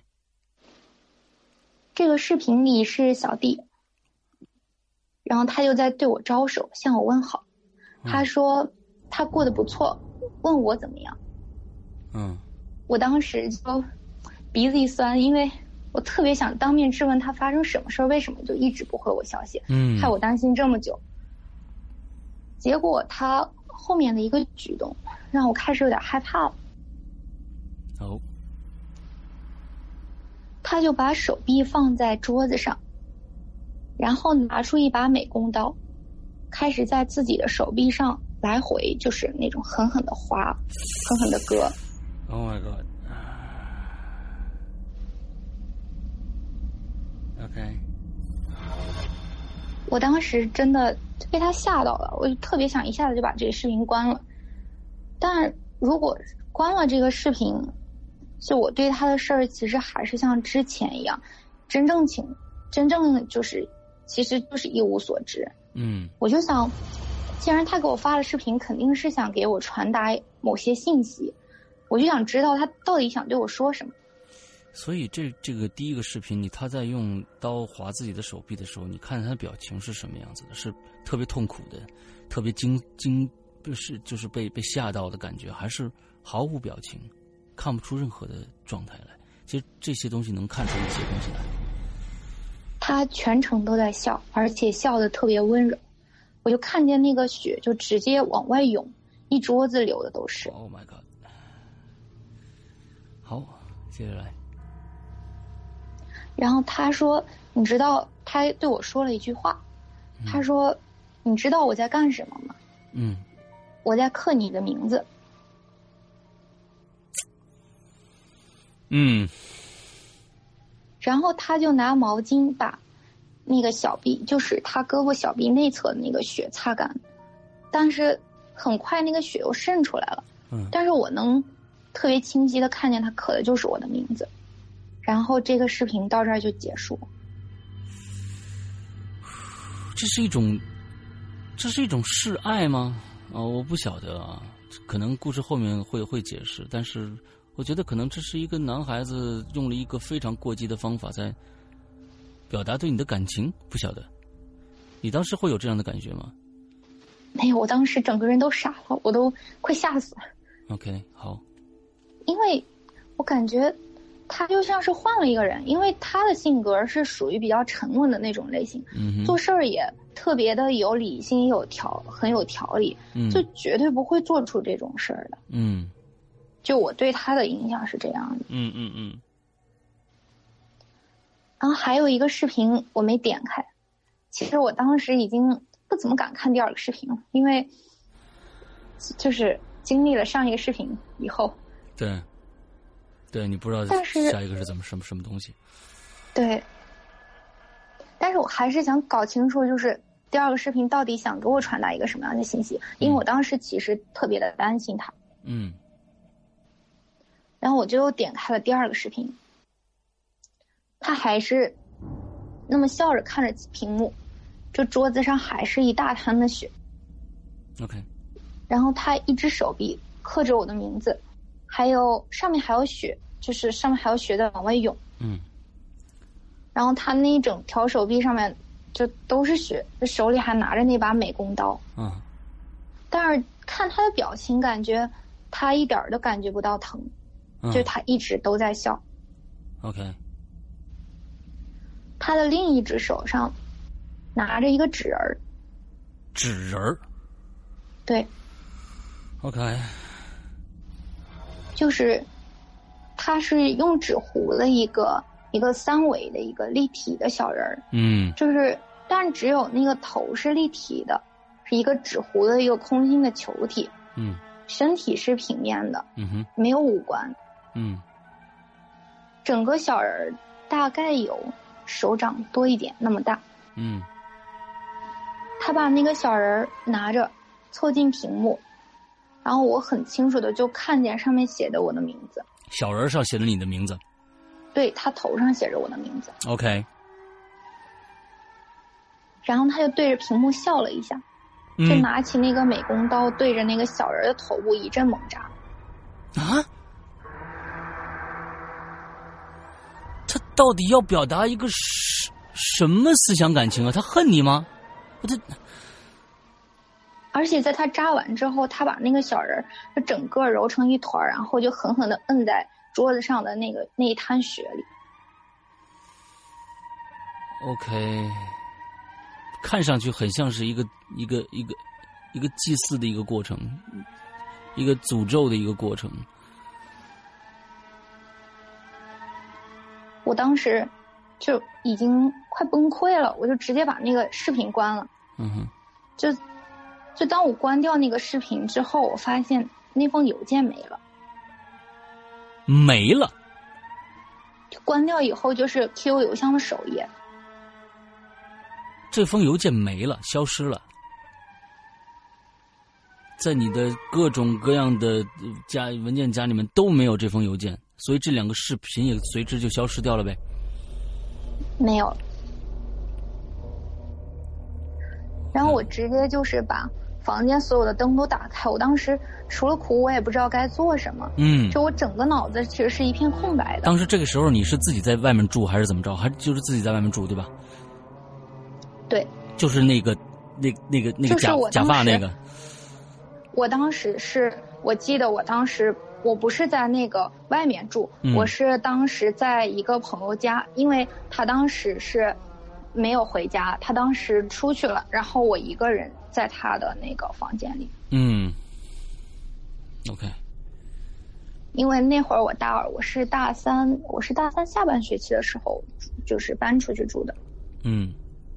这个视频里是小弟，然后他就在对我招手，向我问好。他说他过得不错，问我怎么样。 嗯， 我当时就鼻子一酸，因为我特别想当面质问他发生什么事儿，为什么就一直不回我消息， 嗯， 害我担心这么久。结果他后面的一个举动让我开始有点害怕了。 哦。 他就把手臂放在桌子上，然后拿出一把美工刀，开始在自己的手臂上来回就是那种狠狠的划，狠狠的割。 Oh my god. OK。 我当时真的被他吓到了，我就特别想一下子就把这个视频关了。但如果关了这个视频，就我对他的事儿其实还是像之前一样，真正情真正就是其实就是一无所知。 嗯， 我就想，既然他给我发了视频，肯定是想给我传达某些信息，我就想知道他到底想对我说什么。 所以这这个第一个视频，你他在用刀划自己的手臂的时候，你看他的表情是什么样子的？是特别痛苦的，特别惊惊，是就是被被吓到的感觉，还是毫无表情，看不出任何的状态来？其实这些东西能看出一些东西来。 他全程都在笑，而且笑得特别温柔。我就看见那个血就直接往外涌，一桌子流的都是。 Oh my god。 好，接着来。 然后他说，你知道，他对我说了一句话，他说，你知道我在干什么吗？ 嗯， 我在刻你的名字。 嗯， 然后他就拿毛巾把那个小臂，就是他胳膊小臂内侧的那个血擦干，但是很快那个血又渗出来了。 嗯， 但是我能特别清晰的看见他刻的就是我的名字。然后这个视频到这儿就结束。 这是一种，这是一种示爱吗？啊、哦，我不晓得啊，可能故事后面会会解释，但是我觉得可能这是一个男孩子用了一个非常过激的方法在表达对你的感情，不晓得，你当时会有这样的感觉吗？ 没有，我当时整个人都傻了，我都快吓死了。 OK， 好， 因为我感觉他就像是换了一个人，因为他的性格是属于比较沉稳的那种类型， 嗯， 做事儿也特别的有理性，有条很有条理， 嗯， 就绝对不会做出这种事儿的。 嗯， 就我对他的印象是这样的。 嗯嗯嗯。 然后还有一个视频我没点开，其实我当时已经不怎么敢看第二个视频了，因为就是经历了上一个视频以后， 对，对，你不知道下一个是怎么什么什么东西。 对，但是我还是想搞清楚，就是第二个视频到底想给我传达一个什么样的信息，因为我当时其实特别的担心他。 嗯。 然后我就点开了第二个视频，他还是那么笑着看着屏幕，这桌子上还是一大滩的血。 OK。 然后他一只手臂刻着我的名字，还有上面还有血，就是上面还有血在往外涌。 嗯。 然后他那一整条手臂上面就都是血，手里还拿着那把美工刀。 嗯。 但是看他的表情，感觉他一点都感觉不到疼， 嗯、 就他一直都在笑。 OK。 他的另一只手上拿着一个纸人儿。 纸人儿。 对。 OK。 就是他是用纸糊了一个一个三维的一个立体的小人儿。 嗯。 就是但只有那个头是立体的，是一个纸糊的一个空心的球体。 嗯。 身体是平面的。 嗯哼。 没有五官。 嗯。 整个小人大概有手掌多一点那么大。 嗯。 他把那个小人拿着凑近屏幕，然后我很清楚的就看见上面写的我的名字。 小人上写着你的名字。 对，他头上写着我的名字。 OK。 然后他就对着屏幕笑了一下，就拿起那个美工刀对着那个小人的头部一阵猛扎。 啊？他到底要表达一个什什么思想感情啊？他恨你吗？他而且在他扎完之后，他把那个小人就整个揉成一团，然后就狠狠地摁在桌子上的那个那一滩血里。 OK， 看上去很像是一个一个一个一个祭祀的一个过程，一个诅咒的一个过程。 我当时就已经快崩溃了，我就直接把那个视频关了。 嗯哼。 就就当我关掉那个视频之后，我发现那封邮件没了。 没了。 关掉以后就是 Q Q 邮箱的首页， 这封邮件没了，消失了，在你的各种各样的夹文件夹里面都没有这封邮件，所以这两个视频也随之就消失掉了呗。 没有。然后我直接就是把房间所有的灯都打开，我当时除了哭我也不知道该做什么， 嗯， 就我整个脑子其实是一片空白的。 当时这个时候你是自己在外面住还是怎么着？还就是自己在外面住对吧？ 对， 就是那个那那个那个假、 就是、 假发那个。 我当时是我记得我当时我不是在那个外面住、嗯、我是当时在一个朋友家，因为他当时是没有回家，他当时出去了，然后我一个人在他的那个房间里。 嗯 OK。 因为那会儿我大二，我是大三我是大三下半学期的时候就是搬出去住的。 嗯，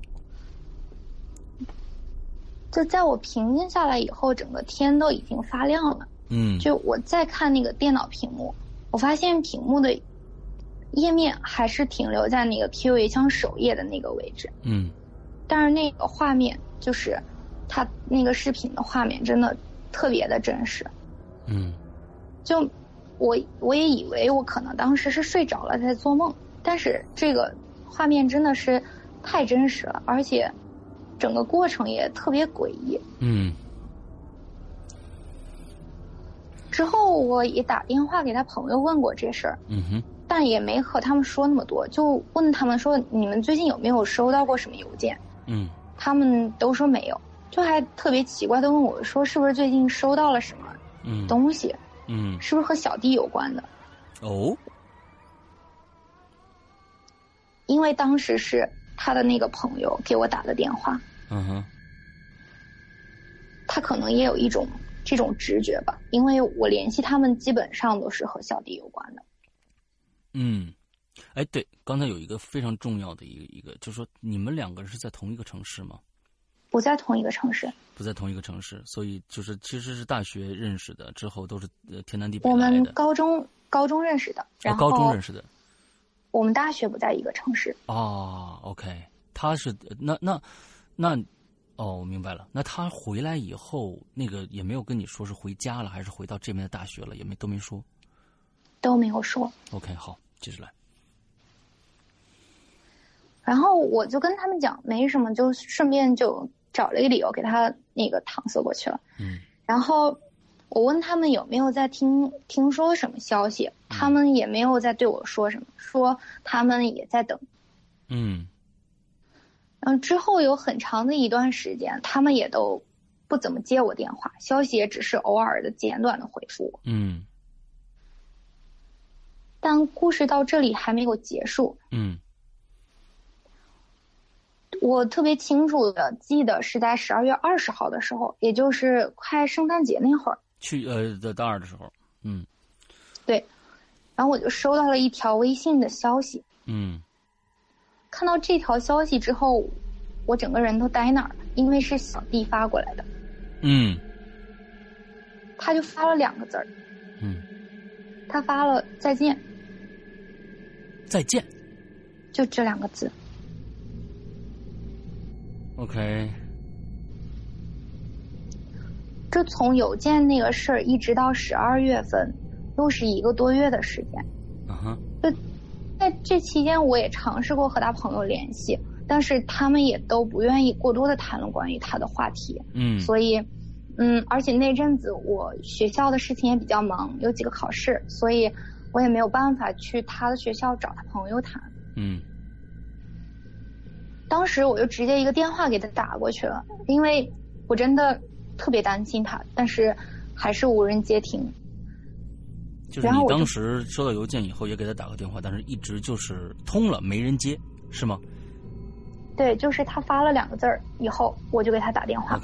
就在我平静下来以后，整个天都已经发亮了。 嗯， 就我再看那个电脑屏幕，我发现屏幕的页面还是停留在那个 Q Q 邮箱首页的那个位置。 嗯， 但是那个画面就是它那个视频的画面真的特别的真实。 嗯， 就我我也以为我可能当时是睡着了在做梦，但是这个画面真的是太真实了，而且整个过程也特别诡异。 嗯。 之后我也打电话给他朋友问过这事儿， 嗯哼， 但也没和他们说那么多，就问他们说你们最近有没有收到过什么邮件？ 嗯， 他们都说没有，就还特别奇怪的问我说是不是最近收到了什么东西？ 嗯， 是不是和小弟有关的？ 哦， 因为当时是他的那个朋友给我打的电话。 嗯哼， 他可能也有一种这种直觉吧，因为我联系他们基本上都是和小弟有关的。 嗯，哎，对，刚才有一个非常重要的一个一个，就是说你们两个人是在同一个城市吗？ 不在同一个城市。 不在同一个城市，所以就是其实是大学认识的，之后都是呃天南地北来的。 我们高中高中认识的，然后高中认识的。 我们大学不在一个城市。 哦 ，OK， 他是那那那。哦，我明白了。那他回来以后，那个也没有跟你说是回家了，还是回到这边的大学了，也没都没说。 都没有说。 OK， 好，接着来。 然后我就跟他们讲没什么，就顺便就找了一个理由给他那个搪塞过去了。 嗯。然后我问他们有没有在听听说什么消息，嗯、他们也没有在对我说什么，说他们也在等。 嗯。 然后之后有很长的一段时间，他们也都不怎么接我电话，消息也只是偶尔的简短的回复我。 嗯。 但故事到这里还没有结束。 嗯。 我特别清楚的记得是在十二月二十号的时候，也就是快圣诞节那会儿。 去呃，在大二的时候。嗯。 对。然后我就收到了一条微信的消息。 嗯。 看到这条消息之后，我整个人都呆那儿了，因为是小弟发过来的。 嗯。 他就发了两个字儿。 嗯。 他发了再见。 再见。 就这两个字。 OK。 这从邮件那个事儿一直到十二月份，又是一个多月的时间。 嗯哼。 就在这期间，我也尝试过和他朋友联系，但是他们也都不愿意过多的谈论关于他的话题。 嗯， 所以，嗯，而且那阵子我学校的事情也比较忙，有几个考试，所以我也没有办法去他的学校找他朋友谈。 嗯， 当时我就直接一个电话给他打过去了，因为我真的特别担心他，但是还是无人接听。 就是你当时收到邮件以后也给他打个电话，但是一直就是通了没人接，是吗？ 对，就是他发了两个字儿以后，我就给他打电话。 OK。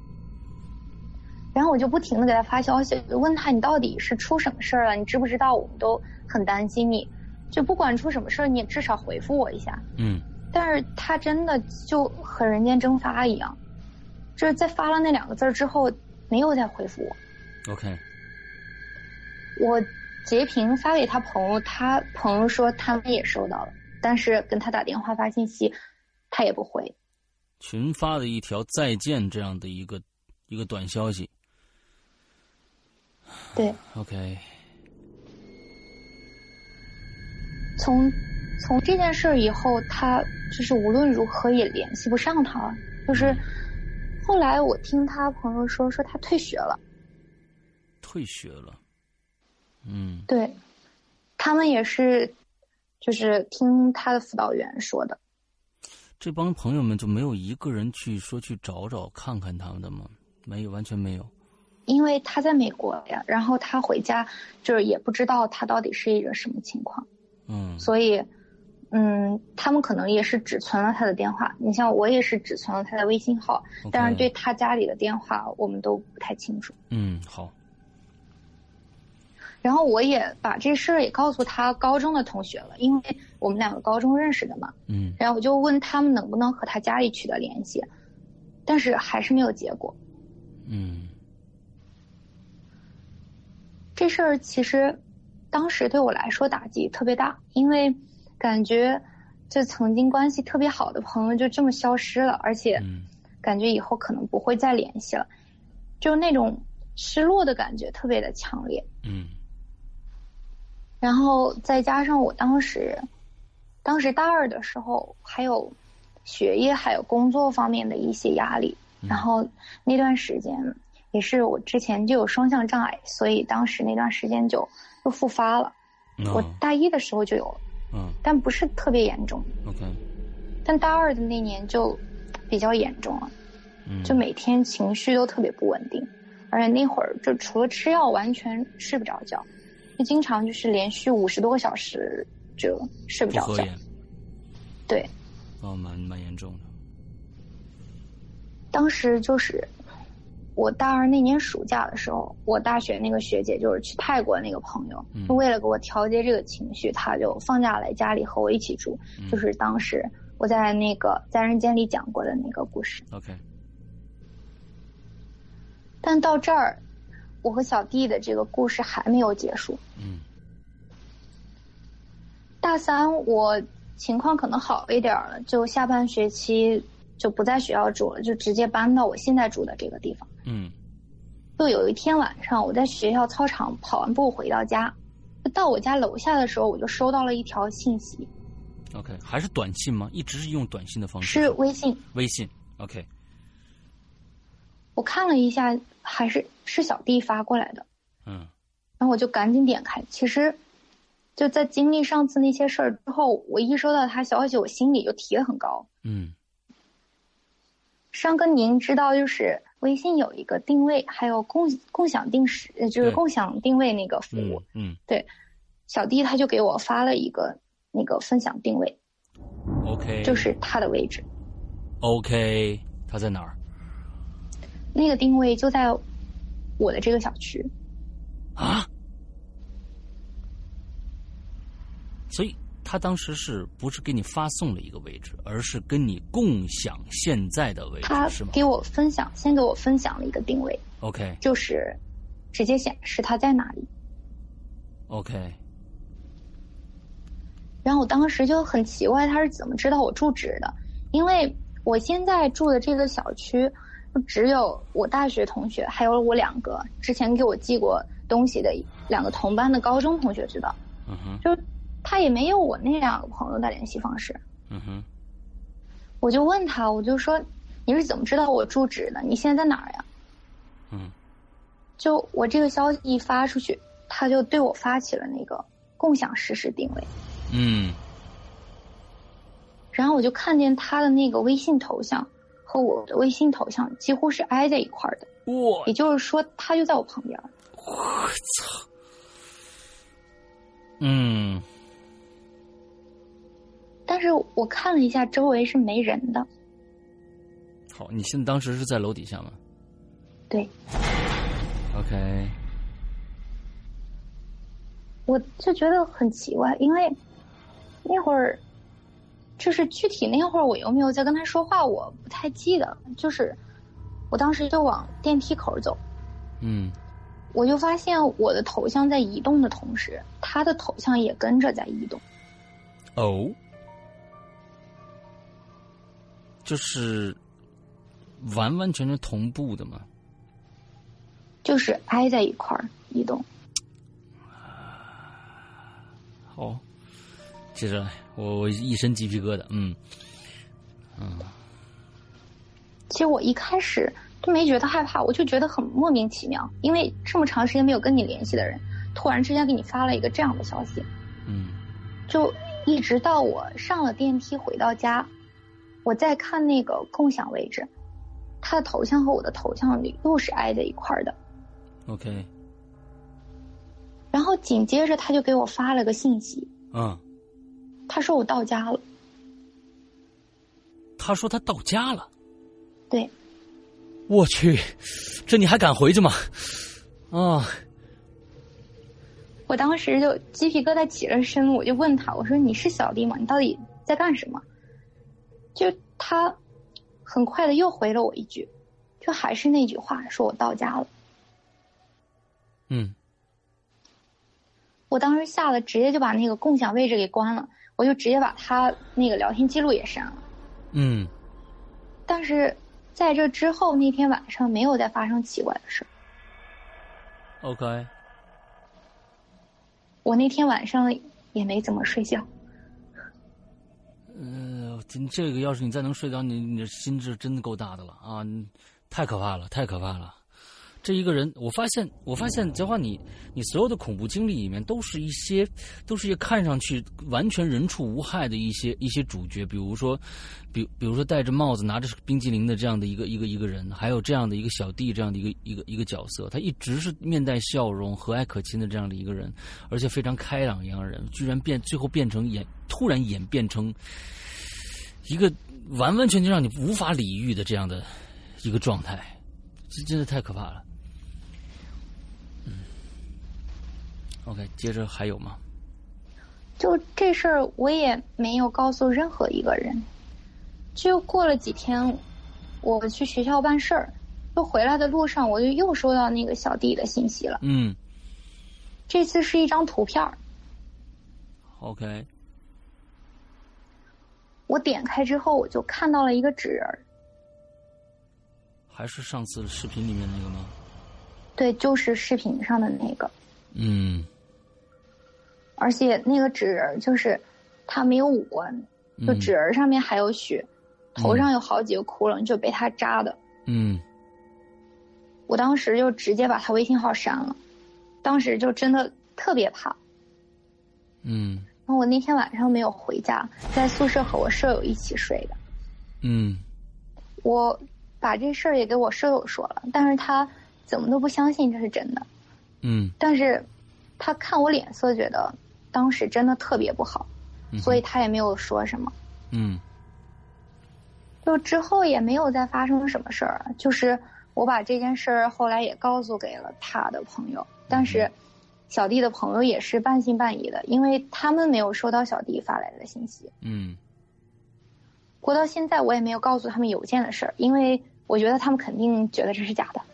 然后我就不停的给他发消息，就问他你到底是出什么事儿了？你知不知道？我们都很担心你，就不管出什么事儿，你也至少回复我一下。 嗯。 但是他真的就和人间蒸发一样，就是在发了那两个字之后，没有再回复我。 OK。 我截屏发给他朋友，他朋友说他们也收到了，但是跟他打电话发信息，他也不回。 群发的一条再见这样的一个一个短消息。 对 ，OK。 从从这件事以后，他就是无论如何也联系不上他了。就是后来我听他朋友说，说他退学了。 退学了。嗯， 对，他们也是，就是听他的辅导员说的。 这帮朋友们就没有一个人去说去找找看看他们的吗？没有，完全没有。 因为他在美国呀，然后他回家就是也不知道他到底是一个什么情况。 嗯， 所以，嗯，他们可能也是只存了他的电话。你像我也是只存了他的微信号， okay. 但是对他家里的电话我们都不太清楚。 嗯，好。 然后我也把这事儿也告诉他高中的同学了，因为我们两个高中认识的嘛。 嗯。 然后我就问他们能不能和他家里取得联系，但是还是没有结果。 嗯。 这事儿其实当时对我来说打击特别大，因为感觉这曾经关系特别好的朋友就这么消失了，而且感觉以后可能不会再联系了，就那种失落的感觉特别的强烈。 嗯。 然后再加上我当时当时大二的时候还有学业还有工作方面的一些压力，然后那段时间也是我之前就有双向障碍，所以当时那段时间就又复发了。 哦、 我大一的时候就有了， 嗯， 但不是特别严重。 OK。 但大二的那年就比较严重了， 嗯， 就每天情绪都特别不稳定，而且那会儿就除了吃药完全睡不着觉，就经常就是连续五十多个小时就睡不着觉。对。 哦，蛮蛮严重的。 当时就是我大二那年暑假的时候，我大学那个学姐就是去泰国那个朋友，嗯、为了给我调节这个情绪，她就放假来家里和我一起住，嗯、就是当时我在那个在人间里讲过的那个故事。 OK。 但到这儿，我和小弟的这个故事还没有结束。 嗯。 大三我情况可能好一点了，就下半学期就不在学校住了，就直接搬到我现在住的这个地方。 嗯。 就有一天晚上，我在学校操场跑完步回到家，到我家楼下的时候，我就收到了一条信息。 OK， 还是短信吗？一直是用短信的方式？ 是微信。 微信 OK。 我看了一下，还是是小弟发过来的。 嗯。 然后我就赶紧点开，其实就在经历上次那些事儿之后，我一收到他消息，我心里就提得很高。 嗯。 上哥，您知道就是微信有一个定位，还有共共享定时，就是共享定位那个服务。 嗯。嗯对，小弟他就给我发了一个那个分享定位。 OK。 就是他的位置。 OK， 他在哪儿？ 那个定位就在我的这个小区。 啊？所以他当时是不是给你发送了一个位置，而是跟你共享现在的位置？ 他是吗？ 给我分享，先给我分享了一个定位。 OK。 就是直接显示他在哪里。 OK。 然后我当时就很奇怪，他是怎么知道我住址的？因为我现在住的这个小区，只有我大学同学，还有我两个之前给我寄过东西的两个同班的高中同学知道。 嗯哼。 就他也没有我那两个朋友的联系方式。 嗯哼。 我就问他，我就说你是怎么知道我住址的？你现在在哪儿呀？ 嗯。 就我这个消息一发出去，他就对我发起了那个共享实时定位。 嗯。 然后我就看见他的那个微信头像和我的微信头像几乎是挨在一块的。 哇！ 也就是说，他就在我旁边。 我操！嗯。 但是我看了一下，周围是没人的。 好，你现在当时是在楼底下吗？ 对。 OK。 我就觉得很奇怪，因为那会儿就是具体那会儿我有没有在跟他说话，我不太记得了。就是我当时就往电梯口走。 嗯。 我就发现我的头像在移动的同时，他的头像也跟着在移动。 哦，就是完完全全同步的吗？ 就是挨在一块儿移动。 好，接着来，我我一身鸡皮疙瘩，嗯嗯。 其实我一开始都没觉得害怕，我就觉得很莫名其妙，因为这么长时间没有跟你联系的人，突然之间给你发了一个这样的消息， 嗯， 就一直到我上了电梯回到家，我再看那个共享位置，他的头像和我的头像又是挨在一块儿的。 OK。 然后紧接着他就给我发了个信息， 嗯， 他说我到家了。 他说他到家了。 对。 我去，这你还敢回去吗？啊！ 我当时就鸡皮疙瘩起了身，我就问他，我说你是小弟吗？你到底在干什么？就他很快的又回了我一句，就还是那句话，说我到家了。 嗯。 我当时吓得直接就把那个共享位置给关了，我就直接把他那个聊天记录也删了。 嗯。 但是在这之后那天晚上没有再发生奇怪的事。 OK。 我那天晚上也没怎么睡觉。 呃，这个要是你再能睡着，你你的心智真的够大的了啊！太可怕了，太可怕了。这一个人，我发现，我发现，杰华，你你所有的恐怖经历里面，都是一些，都是一些看上去完全人畜无害的一些一些主角，比如说，比比如说戴着帽子拿着冰激凌的这样的一个一个一个人，还有这样的一个小弟这样的一个一个一个角色，他一直是面带笑容、和蔼可亲的这样的一个人，而且非常开朗一样的人，居然变最后变成演，突然演变成一个完完全全让你无法理喻的这样的一个状态，这真的太可怕了。OK， 接着还有吗？ 就这事儿我也没有告诉任何一个人。就过了几天，我去学校办事儿，就回来的路上，我就又收到那个小弟的信息了。 嗯。 这次是一张图片。 OK。 我点开之后，我就看到了一个纸人。 还是上次视频里面那个吗？ 对，就是视频上的那个。 嗯。 而且那个纸人就是他没有五官，就纸人上面还有血，嗯、头上有好几个窟窿，就被他扎的。 嗯。 我当时就直接把他微信号删了，当时就真的特别怕。 嗯。 然后我那天晚上没有回家，在宿舍和我舍友一起睡的。 嗯。 我把这事儿也给我舍友说了，但是他怎么都不相信这是真的。 嗯。 但是他看我脸色，觉得当时真的特别不好， 嗯、 所以他也没有说什么。 嗯。 就之后也没有再发生什么事儿，就是我把这件事儿后来也告诉给了他的朋友，但是小弟的朋友也是半信半疑的，因为他们没有收到小弟发来的信息。 嗯。 过到现在我也没有告诉他们邮件的事儿，因为我觉得他们肯定觉得这是假的。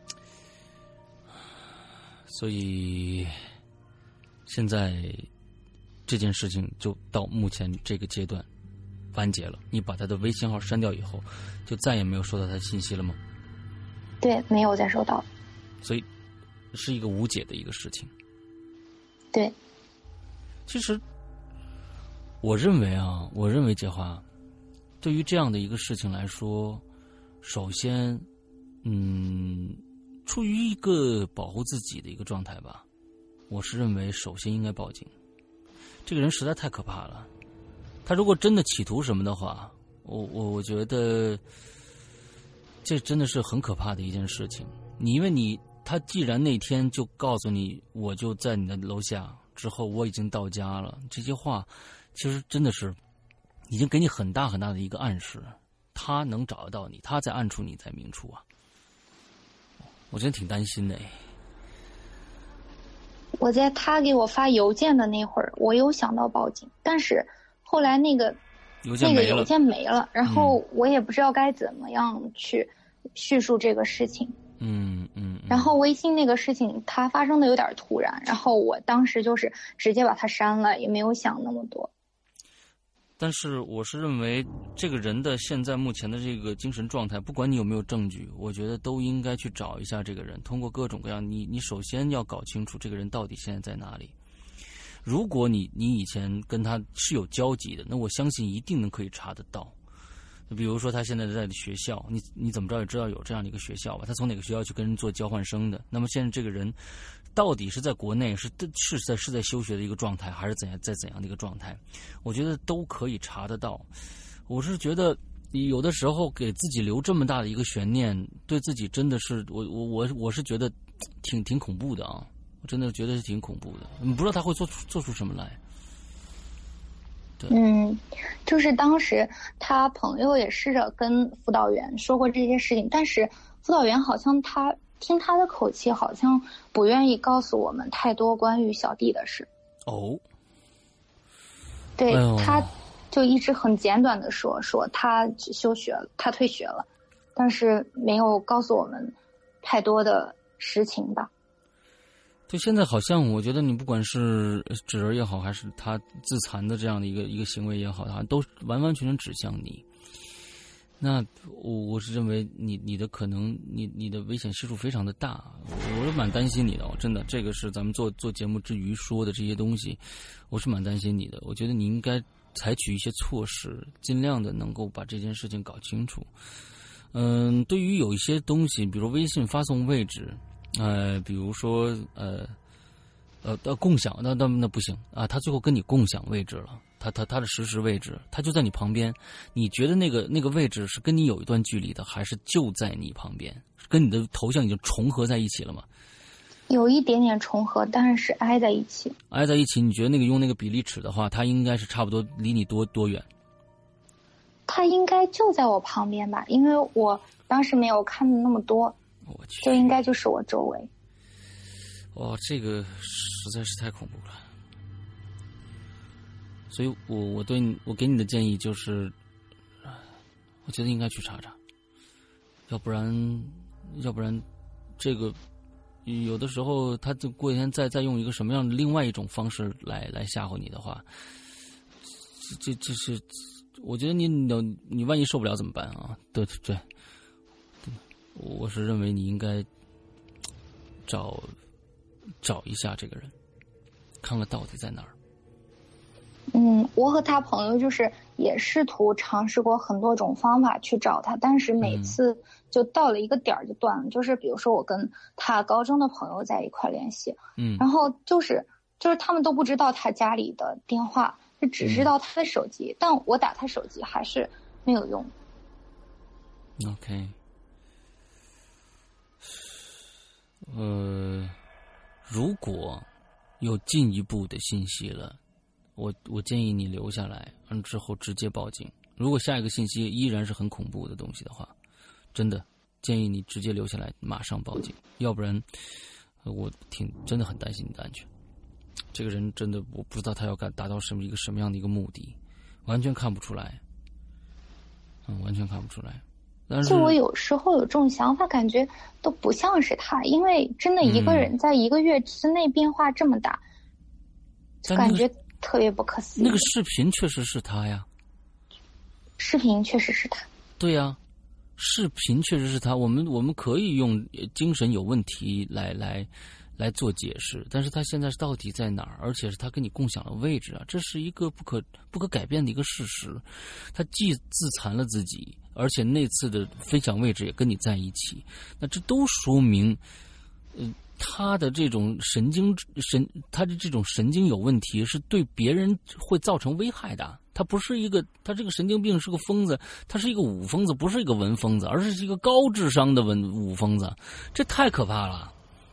所以现在这件事情就到目前这个阶段完结了。你把他的微信号删掉以后，就再也没有收到他的信息了吗？ 对，没有再收到。 所以是一个无解的一个事情。 对。 其实我认为啊，我认为杰华对于这样的一个事情来说，首先嗯出于一个保护自己的一个状态吧，我是认为首先应该报警。这个人实在太可怕了，他如果真的企图什么的话，我我我觉得这真的是很可怕的一件事情。你因为你他既然那天就告诉你我就在你的楼下，之后我已经到家了，这些话其实真的是已经给你很大很大的一个暗示，他能找得到你，他在暗处你在明处啊。我真的挺担心的。 我在他给我发邮件的那会儿，我有想到报警，但是后来那个邮件没了， 那个邮件没了，然后我也不知道该怎么样去叙述这个事情。 嗯嗯。 然后微信那个事情它发生的有点突然，然后我当时就是直接把它删了，也没有想那么多。 但是我是认为这个人的现在目前的这个精神状态，不管你有没有证据，我觉得都应该去找一下这个人，通过各种各样，你你首先要搞清楚这个人到底现在在哪里。如果你你以前跟他是有交集的，那我相信一定能可以查得到。比如说他现在在的学校，你你怎么着也知道有这样的一个学校吧？他从哪个学校去跟人做交换生的？那么现在这个人到底是在国内是是在是在休学的一个状态，还是怎样在怎样的一个状态？我觉得都可以查得到。我是觉得有的时候给自己留这么大的一个悬念，对自己真的是我我我我是觉得挺挺恐怖的啊！我真的觉得是挺恐怖的。你不知道他会做出做出什么来。 嗯，就是当时他朋友也试着跟辅导员说过这些事情，但是辅导员好像他听他的口气，好像不愿意告诉我们太多关于小弟的事。 哦， 对， 哎、 他就一直很简短的说说他休学了，他退学了，但是没有告诉我们太多的实情吧。 对，现在好像我觉得你不管是纸人也好，还是他自残的这样的一个一个行为也好，好像都完完全全指向你。那我我是认为你你的可能你你的危险系数非常的大，我是蛮担心你的哦，真的，这个是咱们做做节目之余说的这些东西，我是蛮担心你的。我觉得你应该采取一些措施，尽量的能够把这件事情搞清楚。嗯，对于有一些东西，比如微信发送位置。呃，比如说，呃，呃，呃，共享，那那那不行啊！他最后跟你共享位置了，他他他的实时位置，他就在你旁边。你觉得那个那个位置是跟你有一段距离的，还是就在你旁边？跟你的头像已经重合在一起了吗？ 有一点点重合，但是挨在一起。 挨在一起，你觉得那个用那个比例尺的话，它应该是差不多离你多多远？ 他应该就在我旁边吧，因为我当时没有看的那么多。 我去， 就应该就是我周围。 哦，这个实在是太恐怖了。所以我我对你我给你的建议就是，我觉得应该去查查，要不然要不然这个有的时候他就过几天再再用一个什么样的另外一种方式来来吓唬你的话，这这是我觉得你你你万一受不了怎么办啊？对对对。我是认为你应该找找一下这个人，看看到底在哪儿。 嗯，我和他朋友就是也试图尝试过很多种方法去找他，但是每次就到了一个点儿就断了。嗯、就是比如说我跟他高中的朋友在一块联系，嗯，然后就是就是他们都不知道他家里的电话，就只知道他的手机，嗯、但我打他手机还是没有用。 OK。呃，如果有进一步的信息了，我我建议你留下来，嗯，之后直接报警。如果下一个信息依然是很恐怖的东西的话，真的建议你直接留下来，马上报警，要不然，呃、我挺真的很担心你的安全。这个人真的我不知道他要干达到什么一个什么样的一个目的，完全看不出来，嗯，完全看不出来。 就我有时候有这种想法，感觉都不像是他，因为真的一个人在一个月之内变化这么大，嗯、就感觉特别不可思议。 那个视频确实是他呀， 视频确实是他。 对呀，视频确实是他。我们我们可以用精神有问题来来来做解释，但是他现在到底在哪儿？而且是他跟你共享了位置啊，这是一个不可不可改变的一个事实。他既自残了自己，而且那次的分享位置也跟你在一起，那这都说明，呃，他的这种神经神，他的这种神经有问题，是对别人会造成危害的。他不是一个，他这个神经病是个疯子，他是一个武疯子，不是一个文疯子，而是一个高智商的文武疯子，这太可怕了。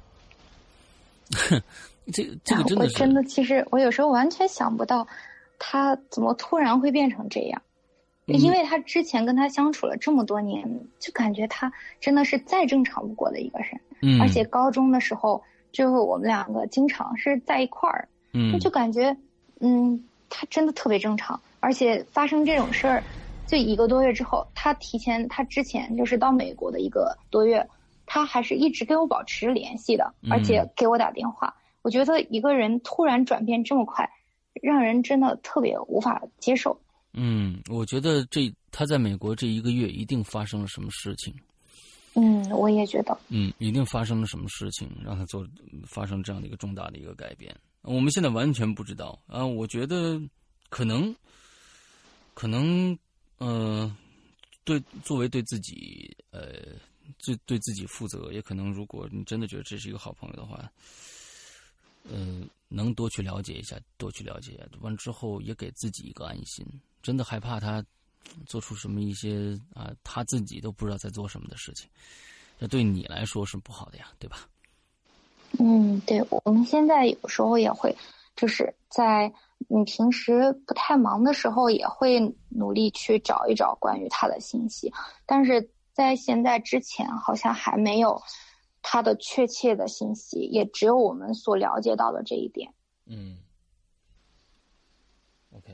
这这个真的是， 我真的其实我有时候完全想不到，他怎么突然会变成这样。因为他之前跟他相处了这么多年，就感觉他真的是再正常不过的一个人。嗯，而且高中的时候，就是我们两个经常是在一块儿，嗯，就感觉，嗯，他真的特别正常。而且发生这种事儿，就一个多月之后，他提前，他之前就是到美国的一个多月， 他还是一直跟我保持联系的，而且给我打电话。嗯、我觉得一个人突然转变这么快，让人真的特别无法接受。 嗯，我觉得这他在美国这一个月一定发生了什么事情。 嗯，我也觉得。 嗯，一定发生了什么事情让他做发生这样的一个重大的一个改变。我们现在完全不知道啊，我觉得可能，可能，呃，对，作为对自己，呃，对对自己负责，也可能，如果你真的觉得这是一个好朋友的话，呃，能多去了解一下，多去了解，完之后也给自己一个安心。真的害怕他做出什么一些啊，他自己都不知道在做什么的事情，这对你来说是不好的呀，对吧？ 嗯，对，我们现在有时候也会，就是在你平时不太忙的时候，也会努力去找一找关于他的信息，但是在现在之前，好像还没有他的确切的信息，也只有我们所了解到的这一点。 嗯 ，OK。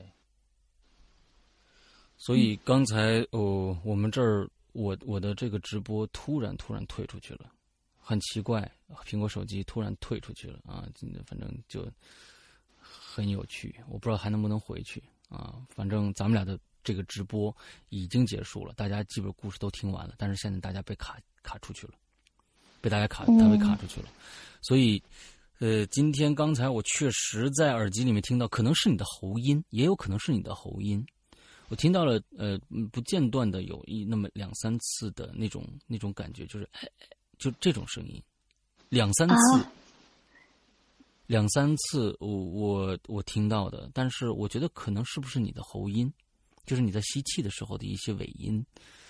所以刚才哦，我们这儿我我的这个直播突然突然退出去了。很奇怪，苹果手机突然退出去了啊！反正就很有趣，我不知道还能不能回去啊。反正咱们俩的这个直播已经结束了，大家基本故事都听完了，但是现在大家被卡卡出去了，被大家卡，他被卡出去了。所以，呃，今天刚才我确实在耳机里面听到，可能是你的喉音，也有可能是你的喉音。我听到了，呃，不间断的有一那么两三次的那种那种感觉，就是。就这种声音，两三次，啊、两三次我，我我我听到的，但是我觉得可能是不是你的喉音，就是你在吸气的时候的一些尾音。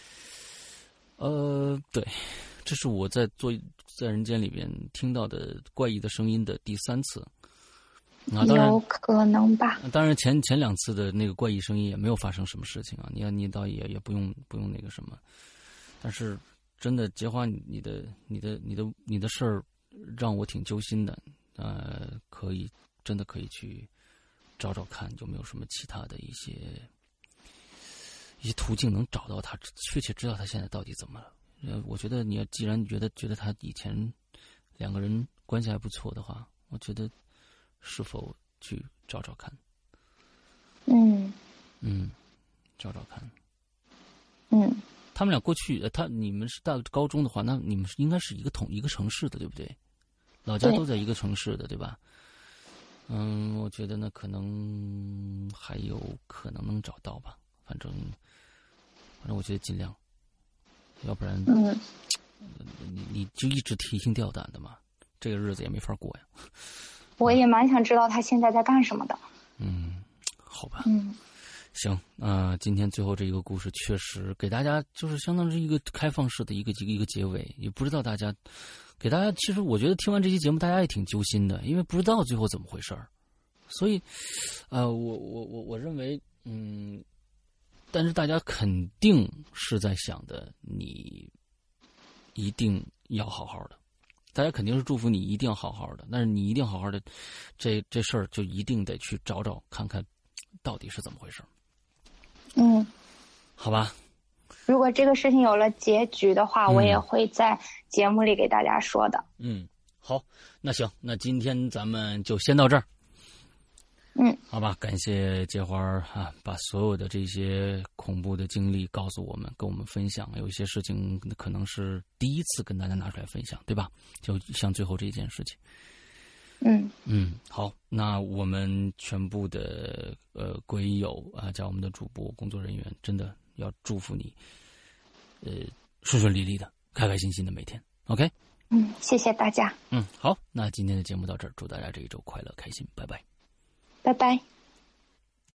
呃，对，这是我在做在人间里边听到的怪异的声音的第三次。啊，当然有可能吧。 当然前前两次的那个怪异声音也没有发生什么事情啊，你你倒也也不用不用那个什么，但是。真的，结花，你的、你的、你的、你的事儿，让我挺揪心的。呃，可以，真的可以去找找看，有没有什么其他的一些一些途径能找到他，确切知道他现在到底怎么了。呃，我觉得你要既然觉得觉得他以前两个人关系还不错的话，我觉得是否去找找看？ 嗯嗯，找找看。 嗯。 他们俩过去，他你们是大高中的话，那你们是应该是一个同一个城市的，对不对？老家都在一个城市的，对吧？嗯，我觉得呢，可能还有可能能找到吧。反正，反正我觉得尽量，要不然， 嗯， 你你就一直提心吊胆的嘛，这个日子也没法过呀。 我也蛮想知道他现在在干什么的。 嗯，好吧。 嗯。 行，啊、呃，今天最后这一个故事确实给大家就是相当于一个开放式的一个一个一个结尾，也不知道大家给大家，其实我觉得听完这期节目大家也挺揪心的，因为不知道最后怎么回事儿，所以，呃，我我我我认为，嗯，但是大家肯定是在想的，你一定要好好的，大家肯定是祝福你一定要好好的，但是你一定要好好的，这这事儿就一定得去找找看看到底是怎么回事。 嗯， 好吧。 如果这个事情有了结局的话，嗯、我也会在节目里给大家说的。 嗯，好，那行，那今天咱们就先到这儿。 嗯， 好吧，感谢芥花啊，把所有的这些恐怖的经历告诉我们，跟我们分享。有一些事情可能是第一次跟大家拿出来分享，对吧？就像最后这一件事情。 嗯嗯，好，那我们全部的呃鬼友啊，加我们的主播工作人员，真的要祝福你，呃，顺顺利利的，开开心心的每天。OK。 嗯，谢谢大家。 嗯，好，那今天的节目到这儿，祝大家这一周快乐开心，拜拜。 拜拜。